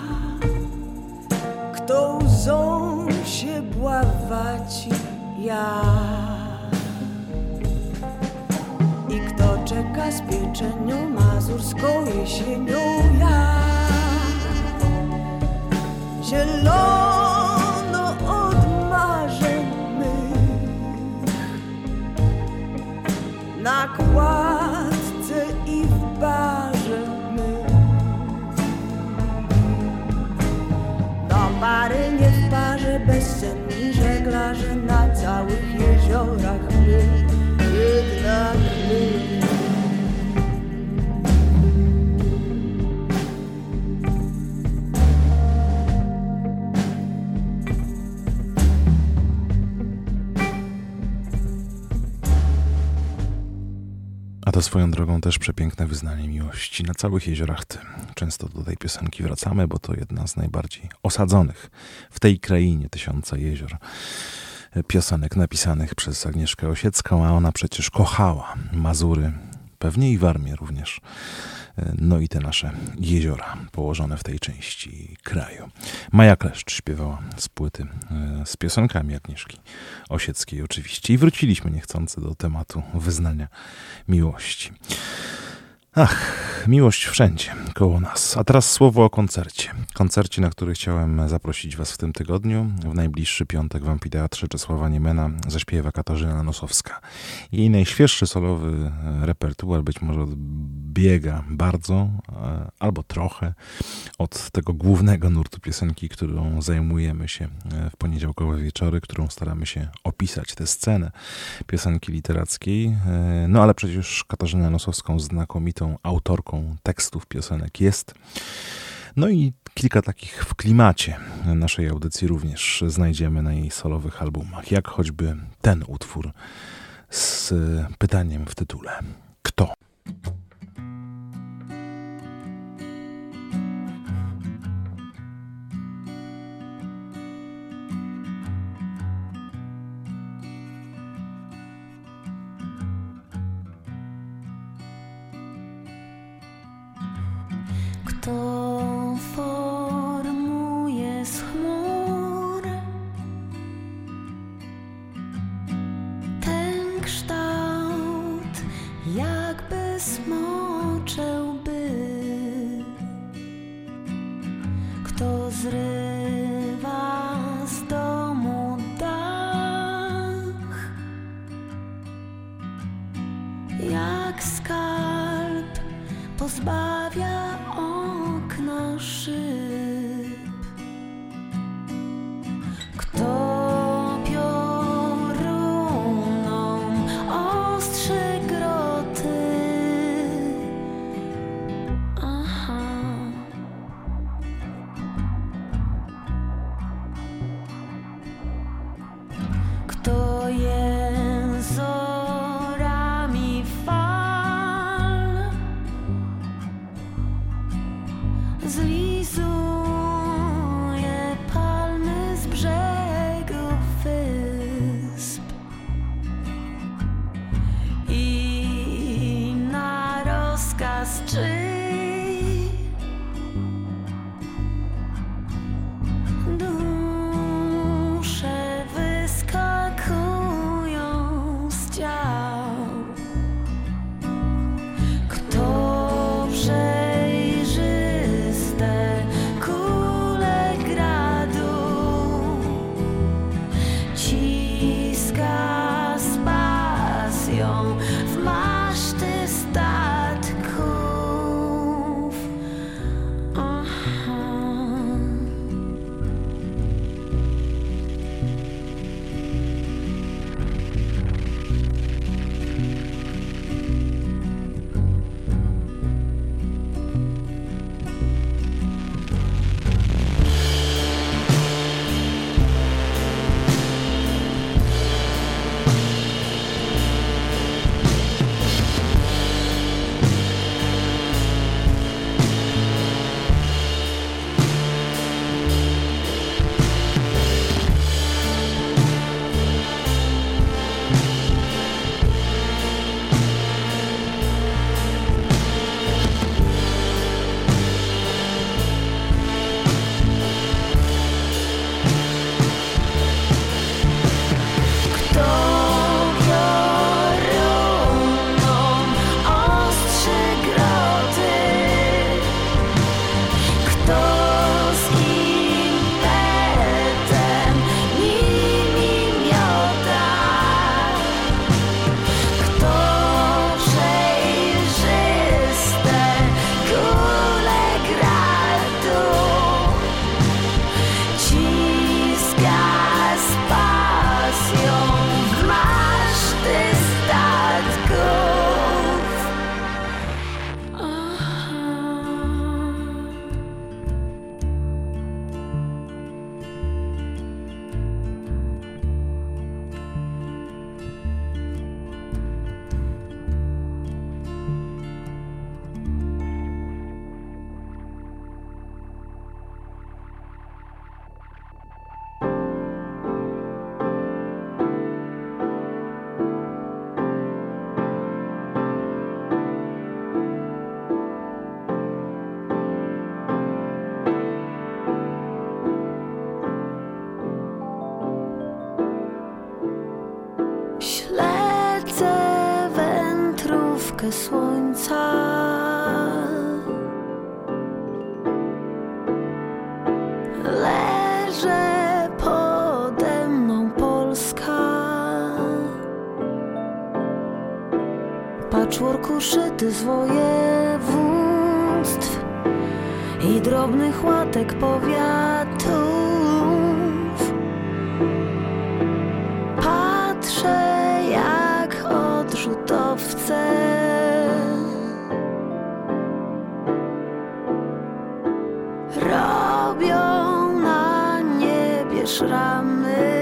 kto łzą się bławaci ja, i kto czeka z pieczenią mazurską jesienią ja, zielono od marzeń mych, na kładce i w barze mych, do pary nie w parze, bezsenni żeglarze na całych jeziorach my, jednak my. A to swoją drogą też przepiękne wyznanie miłości. Na całych jeziorach Ty. Często do tej piosenki wracamy, bo to jedna z najbardziej osadzonych w tej krainie tysiąca jezior piosenek napisanych przez Agnieszkę Osiecką, a ona przecież kochała Mazury, pewnie i Warmię również. No i te nasze jeziora położone w tej części kraju. Maja Kleszcz śpiewała z płyty z piosenkami Agnieszki Osieckiej oczywiście. I wróciliśmy niechcący do tematu wyznania miłości. Ach, miłość wszędzie, koło nas. A teraz słowo o koncercie. Koncercie, na który chciałem zaprosić Was w tym tygodniu. W najbliższy piątek w Amfiteatrze Czesława Niemena zaśpiewa Katarzyna Nosowska. Jej najświeższy solowy repertuar być może odbiega bardzo, albo trochę od tego głównego nurtu piosenki, którą zajmujemy się w poniedziałkowe wieczory, którą staramy się opisać tę scenę piosenki literackiej. No ale przecież Katarzynę Nosowską znakomitą autorką tekstów piosenek jest. No i kilka takich w klimacie naszej audycji również znajdziemy na jej solowych albumach, jak choćby ten utwór z pytaniem w tytule. Kto? Kto formuje z chmur ten kształt, jakby smoczęłby, kto zrywa z domu dach, jak skarb pozbawia okna szyb, kto pioruną ostrzy groty, kto jęzorami fal zatokę słońca. Leży pode mną Polska, patchwork uszyty z województw i drobnych łatek powiatów. Patrzę jak odrzutowce robią na niebie szramy.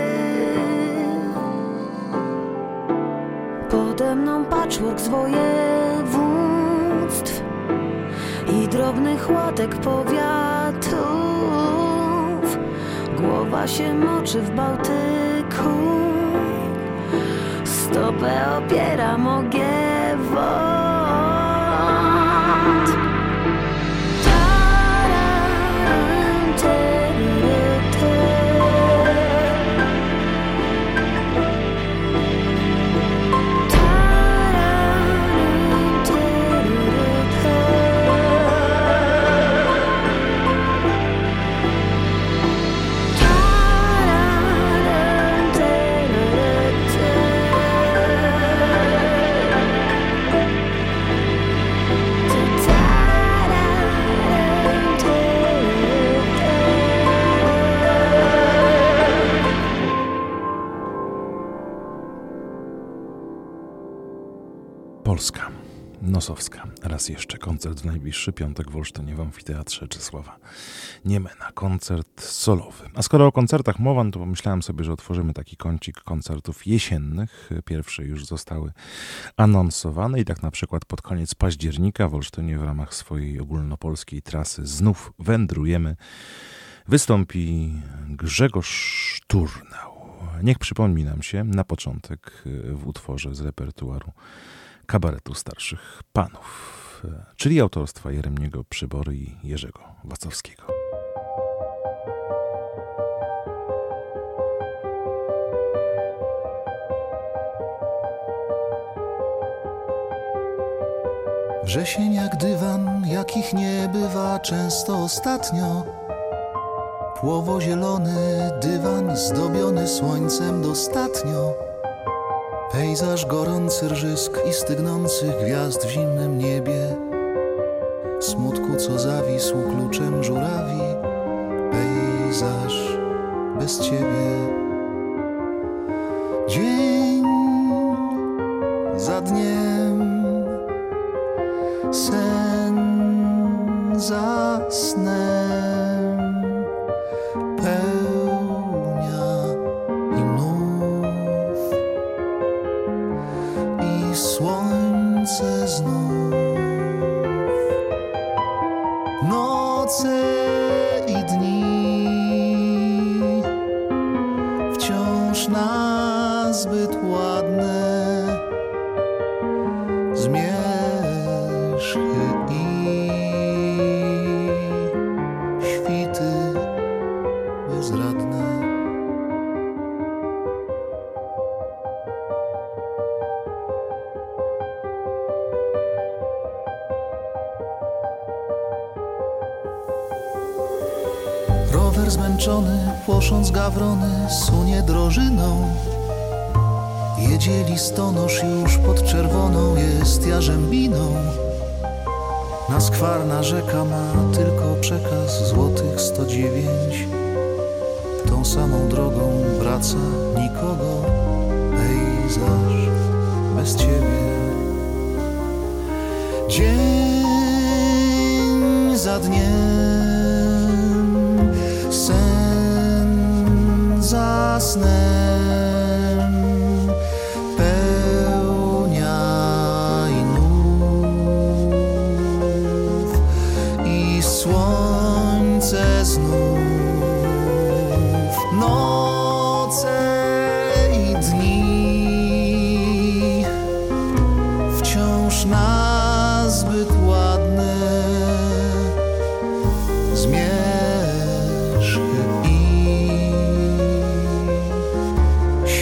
Pode mną patchwork z województw i drobnych łatek powiatów. Głowa się moczy w Bałtyku, stopę opieram o giewont. Polska, Nosowska. Raz jeszcze koncert w najbliższy piątek w Olsztynie w Amfiteatrze Czesława Niemena. Koncert solowy. A skoro o koncertach mowa, no to pomyślałem sobie, że otworzymy taki kącik koncertów jesiennych. Pierwsze już zostały anonsowane i tak na przykład pod koniec października w Olsztynie w ramach swojej ogólnopolskiej trasy Znów wędrujemy wystąpi Grzegorz Turnał. Niech przypomni nam się na początek w utworze z repertuaru Kabaretu Starszych Panów, czyli autorstwa Jeremiego Przybory i Jerzego Wacowskiego. Wrzesień jak dywan, jakich nie bywa często ostatnio. Płowo-zielony dywan zdobiony słońcem dostatnio. Pejzaż gorący rżysk i stygnących gwiazd w zimnym niebie. Smutku, co zawisł kluczem żurawi. Pejzaż bez ciebie. Dzień za dniem, sen za snem, pełnia i mnóg i słońce znów. Noce i dni wciąż nazbyt ładne, zmierzchy i świty bezradne. Rower zmęczony, płosząc gawrony, sunie drożyną. Jedzie listonosz już pod czerwoną, jest jarzębiną. Naskwarna rzeka ma tylko przekaz złotych 109. Tą samą drogą wraca nikogo, pejzaż bez ciebie. Dzień za dniem, sen za snem, pełnia i nów i słońce znów. Noce i dni wciąż nazbyt ładne, zmierzchy i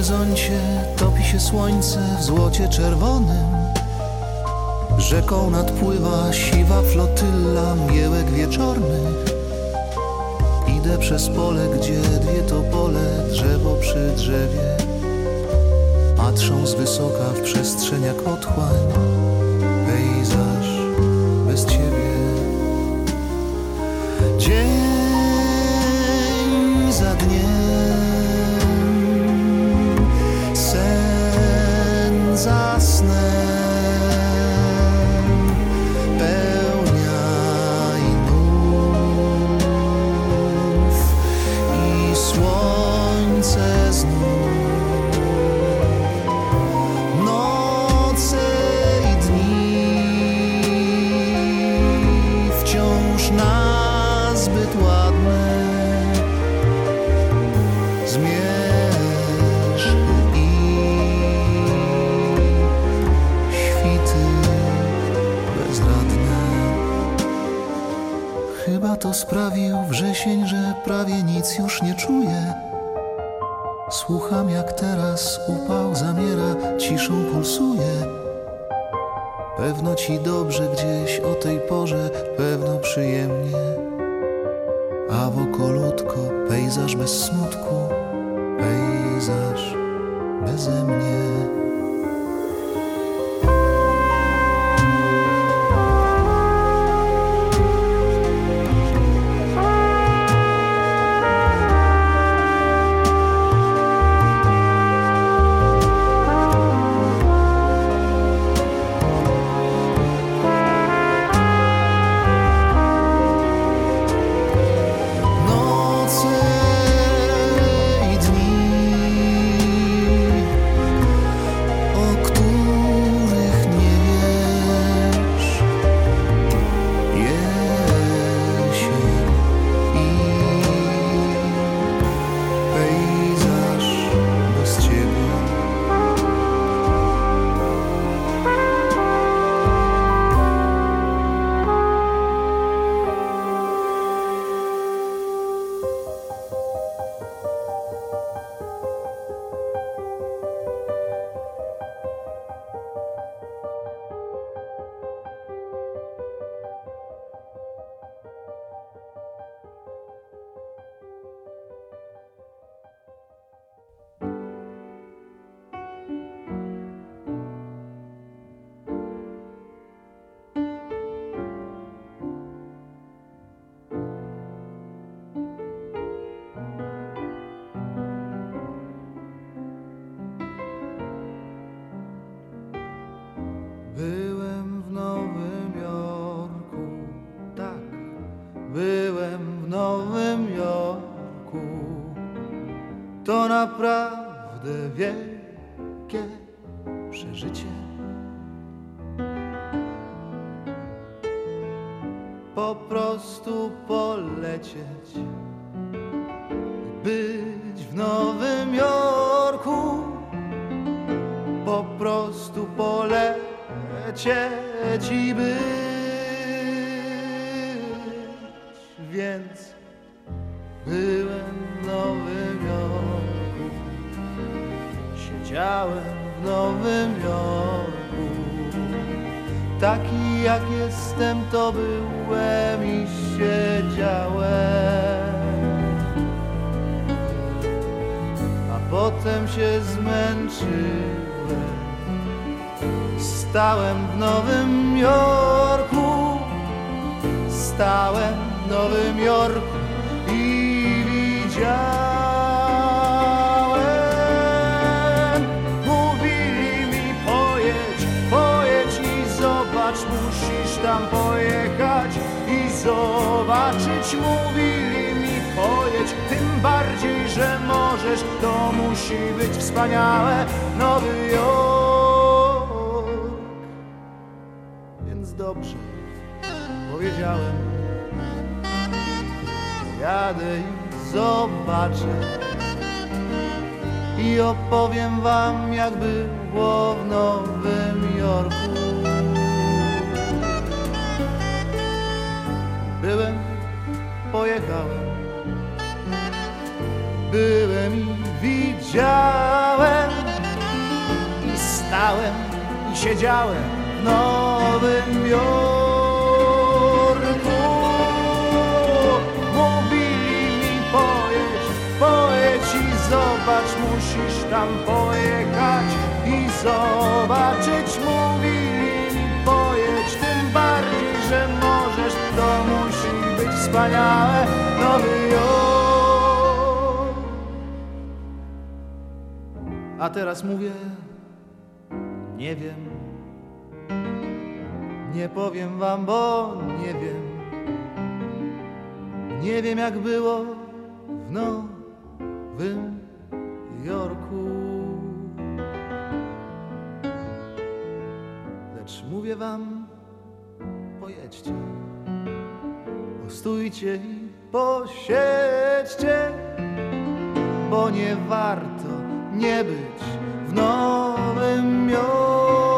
horyzoncie topi się słońce w złocie czerwonym. Rzeką nadpływa siwa flotylla mgiełek wieczornych. Idę przez pole, gdzie dwie topole, drzewo przy drzewie, patrzą z wysoka w przestrzeń jak otchłań. Pejzaż bez ciebie. Dzień za dniem, sen za snem. To sprawił wrzesień, że prawie nic już nie czuję. Słucham jak teraz upał zamiera, ciszą pulsuje. Pewno ci dobrze gdzieś o tej porze, pewno przyjemnie. A wokolutko pejzaż bez smutku, pejzaż beze mnie. Byłem w Nowym Jorku, tak, byłem w Nowym Jorku. To naprawdę wielkie przeżycie. Po prostu polecieć, być w Nowym Jorku. Po prostu polecieć i być, więc byłem w Nowym Jorku, siedziałem w Nowym Jorku. Taki jak jestem, to byłem i siedziałem, a potem się zmęczyłem. Stałem w Nowym Jorku, stałem w Nowym Jorku i widziałem. Mówili mi pojedź, pojedź i zobacz, musisz tam pojechać i zobaczyć. Mówili mi pojedź, tym bardziej, że możesz, to musi być wspaniałe. Nowy Jork. Dobrze, powiedziałem, jadę i zobaczę i opowiem wam, jak było w Nowym Jorku. Byłem, pojechałem, byłem i widziałem i stałem i siedziałem w Nowym Jorku. Mówili mi pojedź i zobacz, musisz tam pojechać i zobaczyć. Mówili mi pojedź, tym bardziej, że możesz, to musi być wspaniałe, Nowy Jork. A teraz mówię, nie wiem, nie powiem wam, bo nie wiem. Nie wiem, jak było w Nowym Jorku. Lecz mówię wam, pojedźcie, postójcie i posiedźcie, bo nie warto nie być w Nowym Jorku.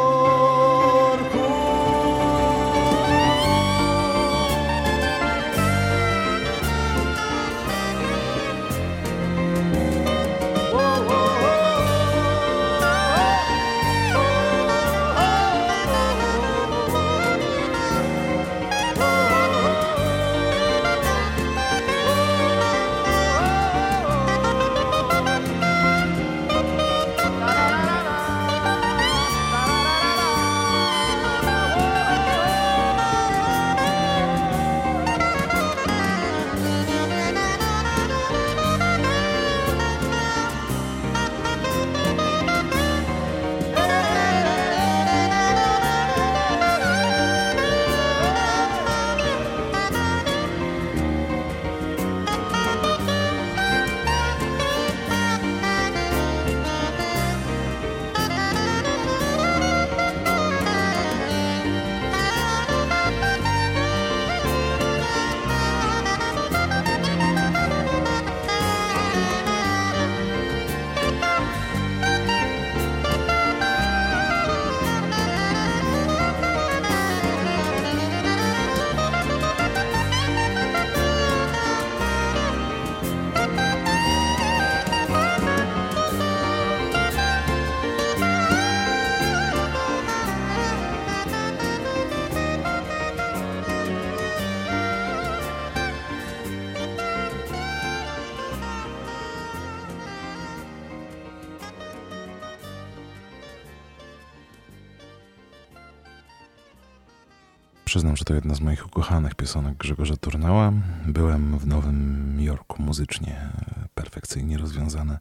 Przyznam, że to jedna z moich ukochanych piosenek Grzegorza Turnała. Byłem w Nowym Jorku, muzycznie perfekcyjnie rozwiązane,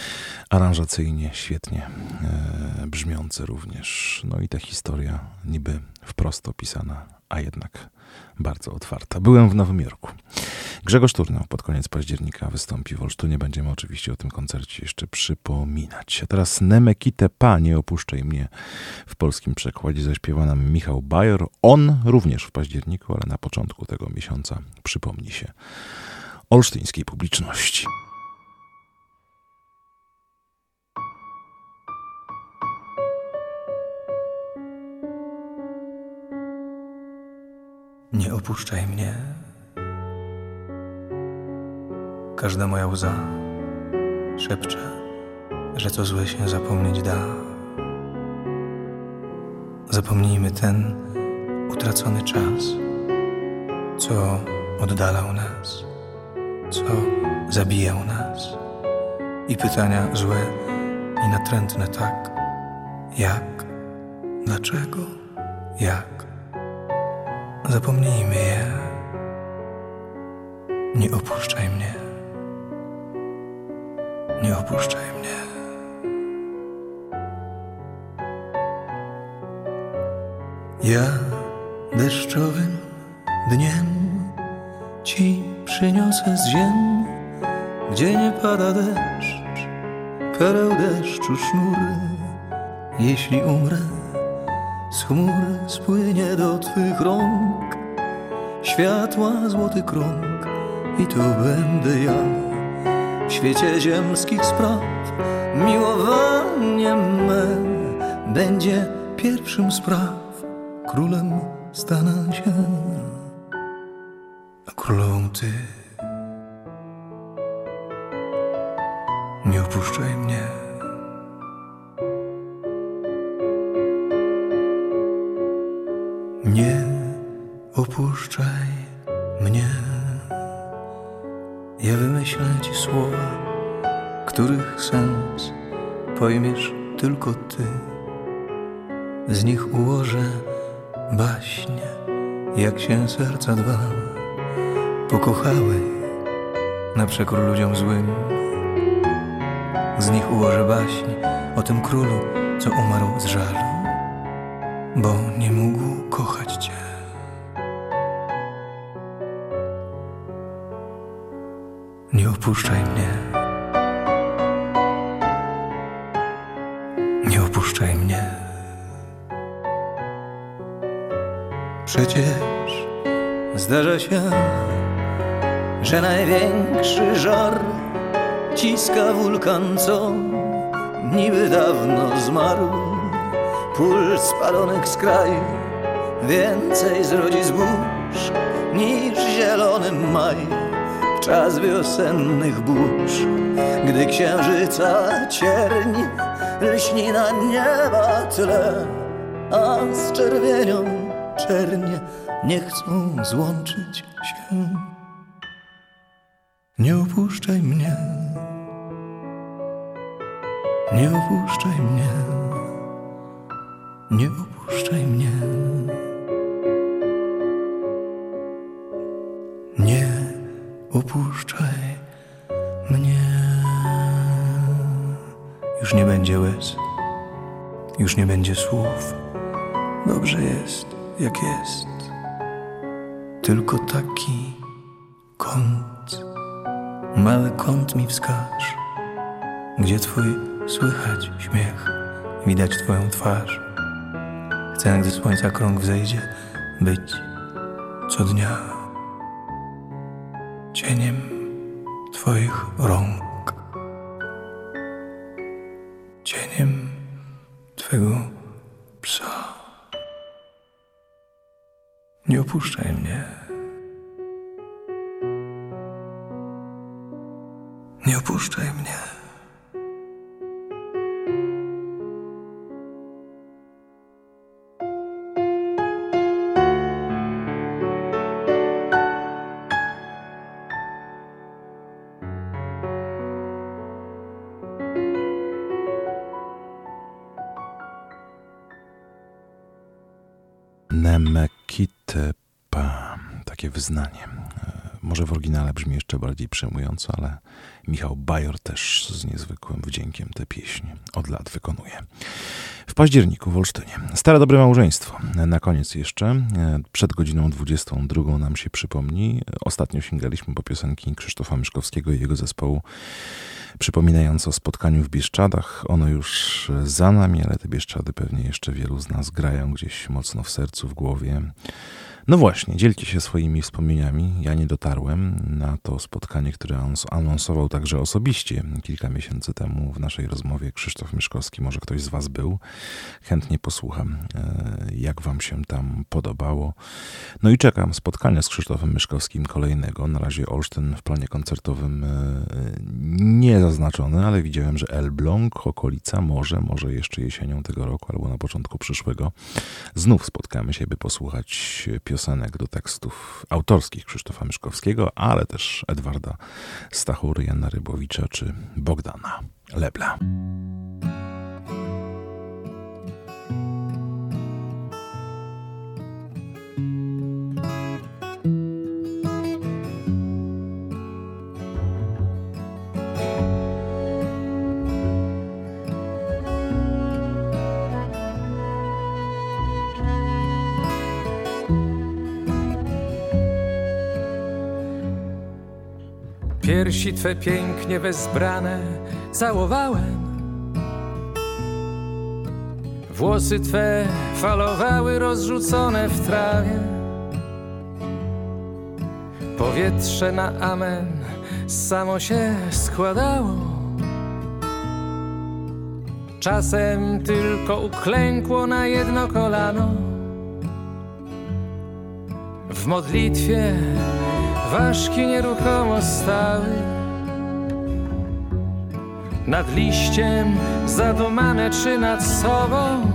aranżacyjnie świetnie brzmiące również. No i ta historia niby wprost opisana, a jednak bardzo otwarta. Byłem w Nowym Jorku. Grzegorz Turnał pod koniec października wystąpi w Olsztynie. Będziemy oczywiście o tym koncercie jeszcze przypominać. A teraz Nemekite Pa, nie opuszczaj mnie, w polskim przekładzie zaśpiewa nam Michał Bajor. On również w październiku, ale na początku tego miesiąca przypomni się olsztyńskiej publiczności. Nie opuszczaj mnie. Każda moja łza szepcze, że to złe się zapomnieć da. Zapomnijmy ten utracony czas, co oddalał nas, co zabijał nas. I pytania złe i natrętne tak, jak, dlaczego, jak. Zapomnijmy je. Nie opuszczaj mnie. Nie opuszczaj mnie. Ja deszczowym dniem ci przyniosę z ziem, gdzie nie pada deszcz, pereł deszczu sznur. Jeśli umrę, z chmur spłynie do twych rąk światła złoty krąg i to będę ja. W świecie ziemskich spraw miłowanie me będzie pierwszym spraw. Królem stanę się, a królową ty. Nie opuszczaj mnie. Nie opuszczaj mnie. Ja wymyślę ci słowa, których sens pojmiesz tylko ty. Z nich ułożę baśnie, jak się serca dwa pokochały na przekór ludziom złym. Z nich ułożę baśń o tym królu, co umarł z żalu, bo nie mógł kochać cię. Nie opuszczaj mnie. Nie opuszczaj mnie. Przecież zdarza się, że największy żar ciska wulkan, co niby dawno zmarł. Pól spalonych skraj więcej zrodzi zbóż niż zielony maj w czas wiosennych burz. Gdy księżyca cierń lśni na nieba tle, a z czerwienią czernie nie chcą złączyć się. Nie opuszczaj mnie. Nie opuszczaj mnie. Nie opuszczaj mnie. Nie opuszczaj mnie. Już nie będzie łez, już nie będzie słów. Dobrze jest, jak jest. Tylko taki kąt, mały kąt mi wskaż, gdzie twój słychać śmiech, widać twoją twarz. Chcę, gdy słońca krąg wzejdzie, być co dnia cieniem twoich rąk, cieniem twego psa. Nie opuszczaj mnie. Nie opuszczaj mnie. Nemekitepa, takie wyznanie. Może w oryginale brzmi jeszcze bardziej przejmująco, ale Michał Bajor też z niezwykłym wdziękiem tę pieśń od lat wykonuje. W październiku w Olsztynie. Stare dobre małżeństwo. Na koniec jeszcze, przed godziną 22 nam się przypomni. Ostatnio sięgaliśmy po piosenki Krzysztofa Myszkowskiego i jego zespołu, przypominając o spotkaniu w Bieszczadach. Ono już za nami, ale te Bieszczady pewnie jeszcze wielu z nas grają gdzieś mocno w sercu, w głowie. No właśnie, dzielcie się swoimi wspomnieniami. Ja nie dotarłem na to spotkanie, które anonsował także osobiście kilka miesięcy temu w naszej rozmowie Krzysztof Myszkowski. Może ktoś z was był. Chętnie posłucham, jak wam się tam podobało. No i czekam spotkania z Krzysztofem Myszkowskim kolejnego. Na razie Olsztyn w planie koncertowym nie zaznaczony, ale widziałem, że Elbląg, okolica, może jeszcze jesienią tego roku albo na początku przyszłego. Znów spotkamy się, by posłuchać piosenek do tekstów autorskich Krzysztofa Myszkowskiego, ale też Edwarda Stachury, Jana Rybowicza czy Bogdana Lebla. Piersi twe pięknie wezbrane całowałem, włosy twe falowały rozrzucone w trawie. Powietrze na amen samo się składało, czasem tylko uklękło na jedno kolano. W modlitwie ważki nieruchomo stały, nad liściem zadumane czy nad sobą.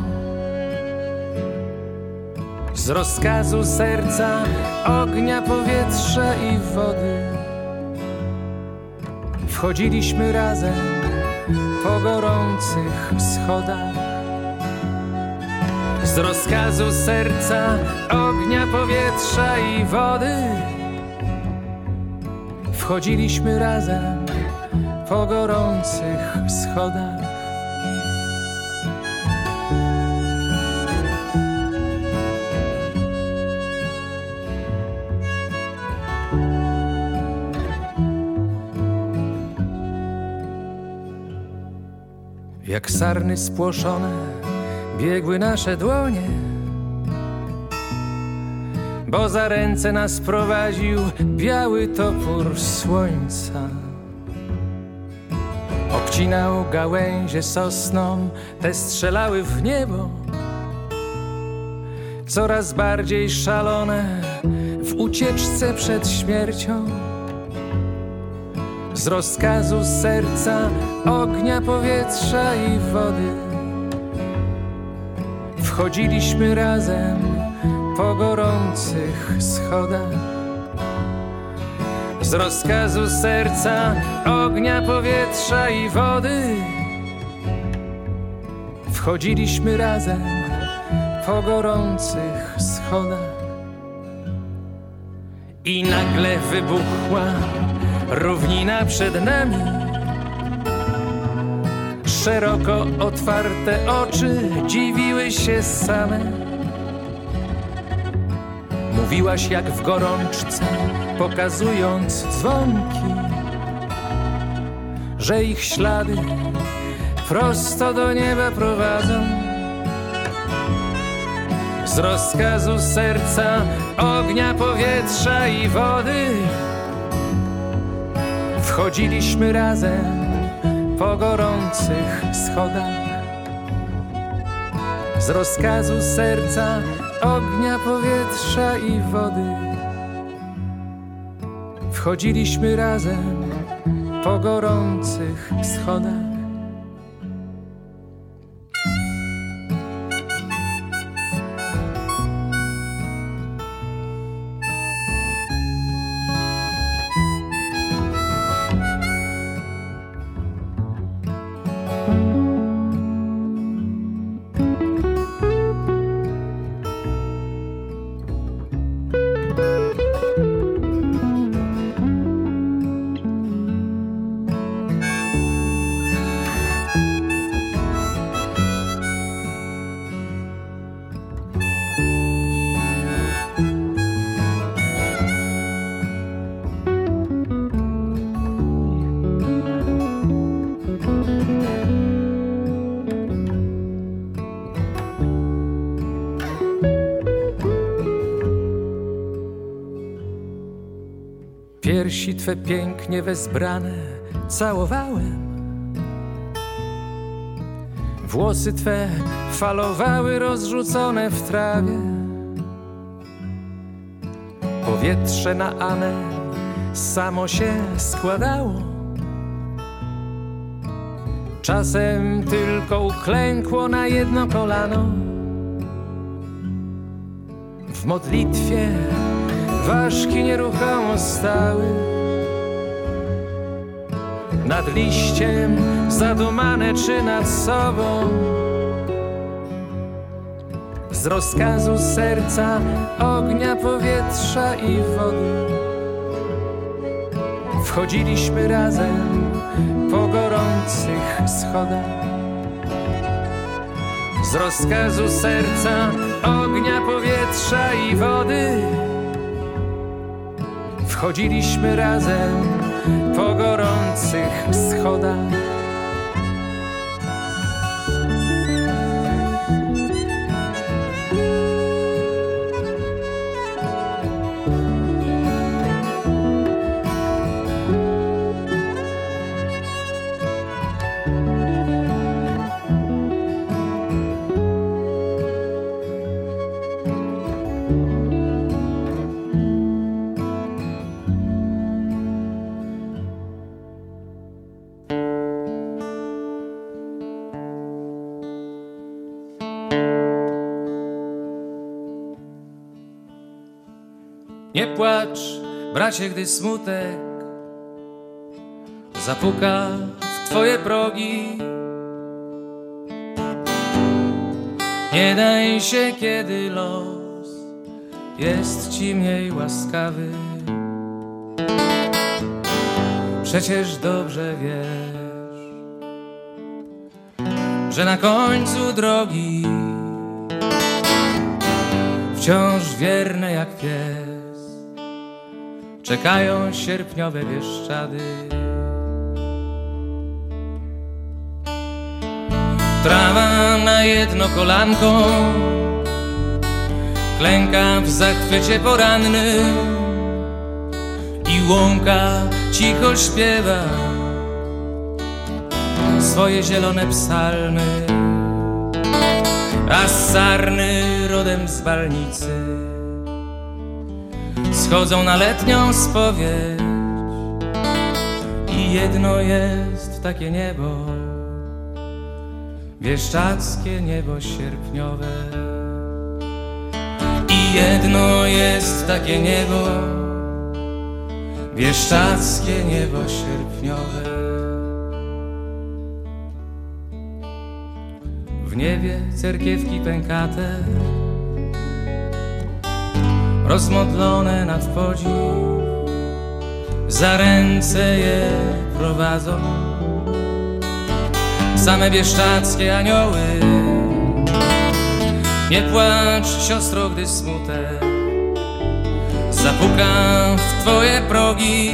Z rozkazu serca, ognia, powietrza i wody wchodziliśmy razem po gorących schodach. Z rozkazu serca, ognia, powietrza i wody wchodziliśmy razem po gorących schodach. Jak sarny spłoszone biegły nasze dłonie, bo za ręce nas prowadził biały topór słońca. Obcinał gałęzie sosnom, te strzelały w niebo, coraz bardziej szalone w ucieczce przed śmiercią. Z rozkazu serca, ognia, powietrza i wody wchodziliśmy razem po gorących schodach. Z rozkazu serca, ognia, powietrza i wody wchodziliśmy razem po gorących schodach. I nagle wybuchła równina przed nami. Szeroko otwarte oczy dziwiły się same. Mówiłaś jak w gorączce, pokazując dzwonki, że ich ślady prosto do nieba prowadzą. Z rozkazu serca, ognia, powietrza i wody wchodziliśmy razem po gorących schodach. Z rozkazu serca, ognia, powietrza i wody wchodziliśmy razem po gorących schodach. Piersi twe pięknie wezbrane całowałem, włosy twe falowały rozrzucone w trawie. Powietrze na amen samo się składało, czasem tylko uklękło na jedno kolano. W modlitwie ważki nieruchomo stały, nad liściem zadumane czy nad sobą. Z rozkazu serca, ognia, powietrza i wody wchodziliśmy razem po gorących schodach. Z rozkazu serca, ognia, powietrza i wody wchodziliśmy razem po gorących schodach. Nie płacz, bracie, gdy smutek zapuka w twoje progi. Nie daj się, kiedy los jest ci mniej łaskawy. Przecież dobrze wiesz, że na końcu drogi wciąż wierne jak pies czekają sierpniowe Bieszczady. Trawa na jedno kolanko klęka w zachwycie porannym i łąka cicho śpiewa swoje zielone psalmy, a sarny rodem z Balnicy schodzą na letnią spowiedź i jedno jest takie niebo, bieszczadzkie niebo sierpniowe. I jedno jest takie niebo, bieszczadzkie niebo sierpniowe. W niebie cerkiewki pękate, rozmodlone nad podziw, za ręce je prowadzą same bieszczadzkie anioły. Nie płacz, siostro, gdy smutek zapuka w twoje progi.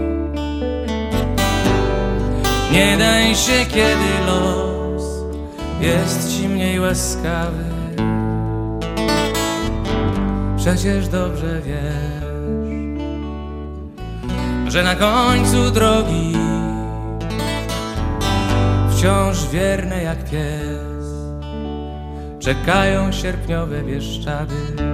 Nie daj się, kiedy los jest ci mniej łaskawy. Przecież dobrze wiesz, że na końcu drogi wciąż wierne jak pies czekają sierpniowe Bieszczady.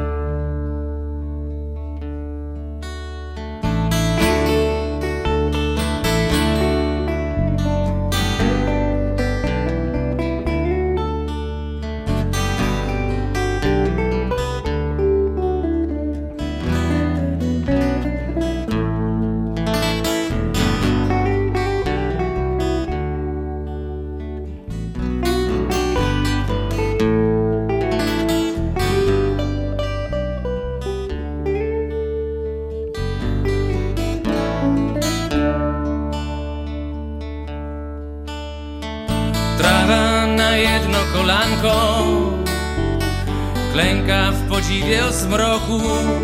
Trawa na jedno kolanko klęka w podziwie o zmroku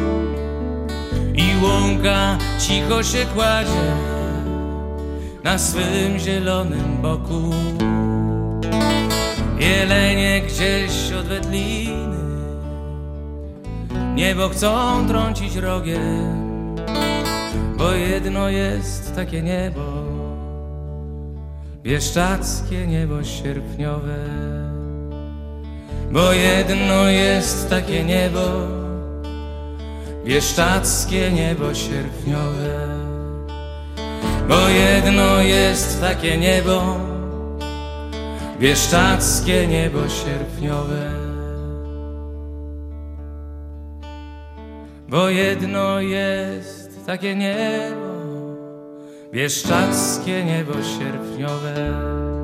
i łąka cicho się kładzie na swym zielonym boku. Jelenie gdzieś od wędliny niebo chcą trącić rogiem, bo jedno jest takie niebo, bieszczadzkie niebo sierpniowe. Bo jedno jest takie niebo, bieszczadzkie niebo sierpniowe. Bo jedno jest takie niebo, bieszczadzkie niebo sierpniowe. Bo jedno jest takie niebo, bieszczadzkie niebo sierpniowe.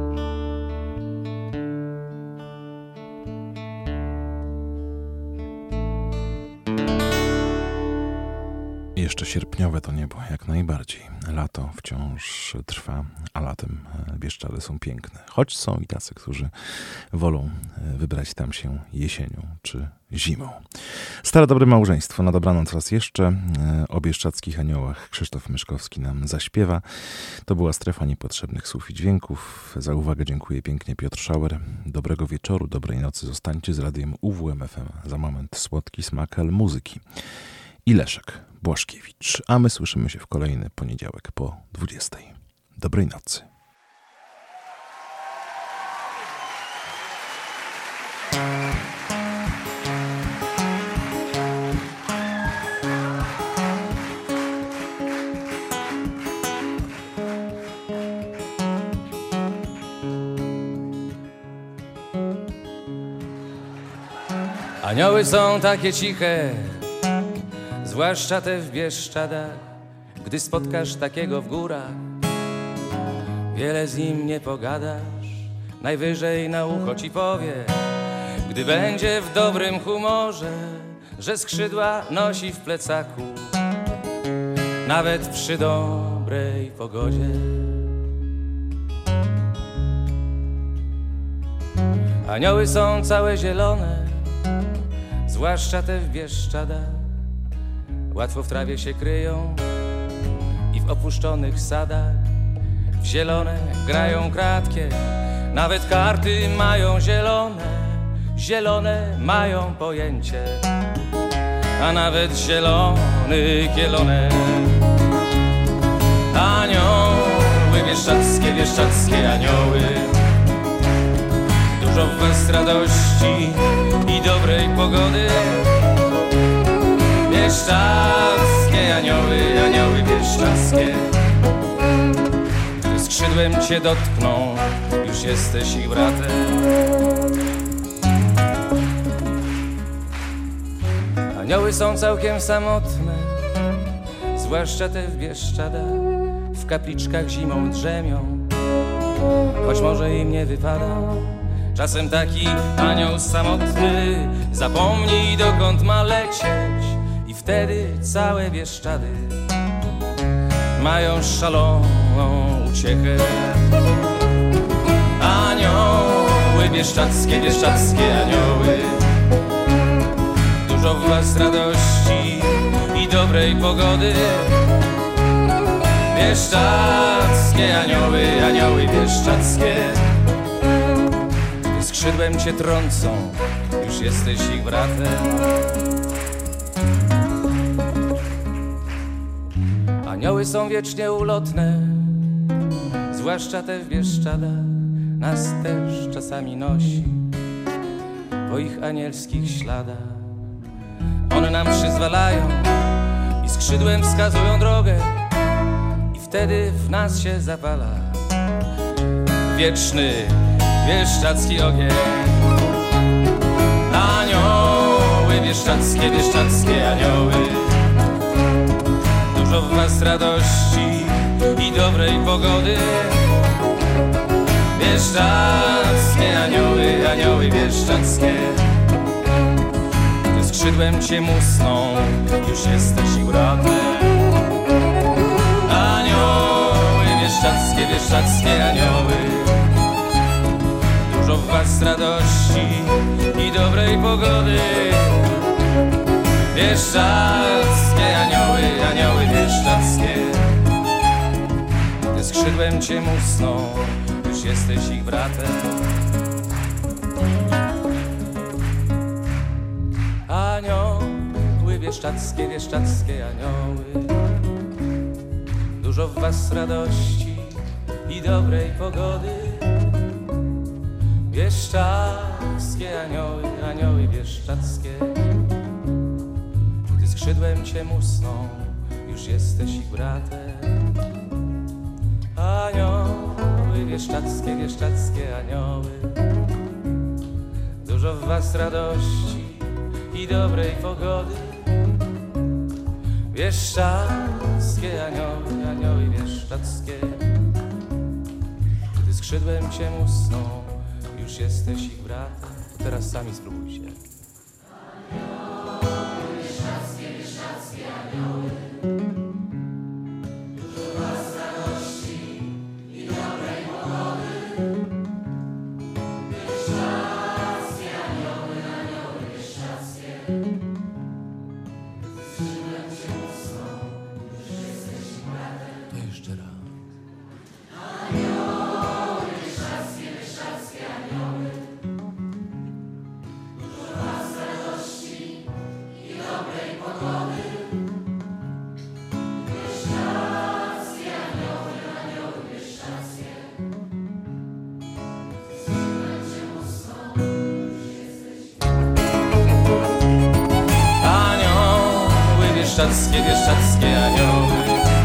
Jeszcze sierpniowe to niebo, jak najbardziej. Lato wciąż trwa, a latem Bieszczady są piękne. Choć są i tacy, którzy wolą wybrać tam się jesienią czy zimą. Stare dobre małżeństwo. Na dobranoc raz jeszcze o bieszczadzkich aniołach Krzysztof Myszkowski nam zaśpiewa. To była strefa niepotrzebnych słów i dźwięków. Za uwagę dziękuję pięknie Piotr Schauer. Dobrego wieczoru, dobrej nocy. Zostańcie z radiem UWM FM. Za moment słodki smak muzyki. I Leszek Błaszkiewicz. A my słyszymy się w kolejny poniedziałek po 20. Dobrej nocy. Anioły są takie ciche, zwłaszcza te w Bieszczadach. Gdy spotkasz takiego w górach, wiele z nim nie pogadasz, najwyżej na ucho ci powie, gdy będzie w dobrym humorze, że skrzydła nosi w plecaku, nawet przy dobrej pogodzie. Anioły są całe zielone, zwłaszcza te w Bieszczadach. Łatwo w trawie się kryją i w opuszczonych sadach. W zielone grają kratkie, nawet karty mają zielone. Zielone mają pojęcie, a nawet zielony kielonek. Anioły bieszczadzkie, bieszczadzkie anioły, dużo w was radości i dobrej pogody. Bieszczadzkie anioły, anioły bieszczadzkie, gdy skrzydłem cię dotkną, już jesteś ich bratem. Anioły są całkiem samotne, zwłaszcza te w Bieszczadach. W kapliczkach zimą drzemią, choć może im nie wypada. Czasem taki anioł samotny zapomni, dokąd ma lecieć, i wtedy całe Bieszczady mają szaloną uciechę. Anioły bieszczadzkie, bieszczadzkie anioły, dużo w was radości i dobrej pogody. Bieszczadzkie anioły, anioły bieszczadzkie, gdy skrzydłem cię trącą, już jesteś ich bratem. Anioły są wiecznie ulotne, zwłaszcza te w Bieszczadach. Nas też czasami nosi po ich anielskich śladach. One nam przyzwalają i skrzydłem wskazują drogę, i wtedy w nas się zapala wieczny bieszczadzki ogień. Anioły bieszczadzkie, bieszczadzkie anioły, dużo w was radości i dobrej pogody. Bieszczadzkie anioły, anioły bieszczadzkie, gdy skrzydłem cię musną, już jesteś ich bratem. Anioły bieszczadzkie, bieszczadzkie anioły, dużo w was radości i dobrej pogody. Bieszczadzkie anioły, anioły bieszczadzkie, gdy skrzydłem cię musną, już jesteś ich bratem. Anioły bieszczadzkie, bieszczadzkie anioły, dużo w was radości i dobrej pogody. Bieszczadzkie anioły, anioły bieszczadzkie, gdy skrzydłem cię musną, już jesteś ich bratem. Anioły bieszczadzkie, bieszczadzkie anioły, dużo w was radości i dobrej pogody. Bieszczadzkie anioły, anioły bieszczadzkie, gdy skrzydłem cię musną, już jesteś ich bratem. To teraz sami spróbujcie. Anioły bieszczadzkie, bieszczadzkie anioły, dużo w was radości i dobrej pogody. Bieszczadzkie anioły, anioły bieszczadzkie, gdy skrzydłem cię musną, już jesteś ich bratem. To jeszcze raz. Anioły bieszczadzkie, bieszczadzkie anioły, dużo w was radości i dobrej pogody. Bieszczadzkie anioły, anioły bieszczadzkie, gdy skrzydłem cię musną, już jesteś. Anioły bieszczadzkie, bieszczadzkie anioły,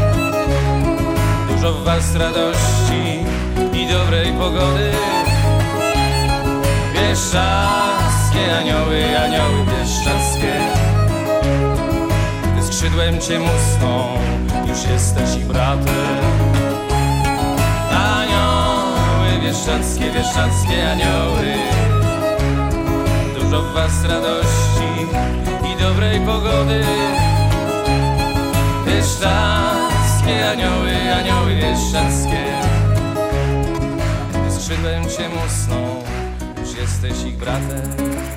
dużo w was radości i dobrej pogody. Bieszczadzkie anioły, anioły bieszczadzkie, gdy skrzydłem skrzydłem cię musną, już jesteś ich bratem. Anioły wieszczadzkie, wieszczadzkie anioły, dużo w was radości i dobrej pogody. Wieszczadzkie anioły, anioły wieszczadzkie, skrzydłem cię musną, już jesteś ich bratem.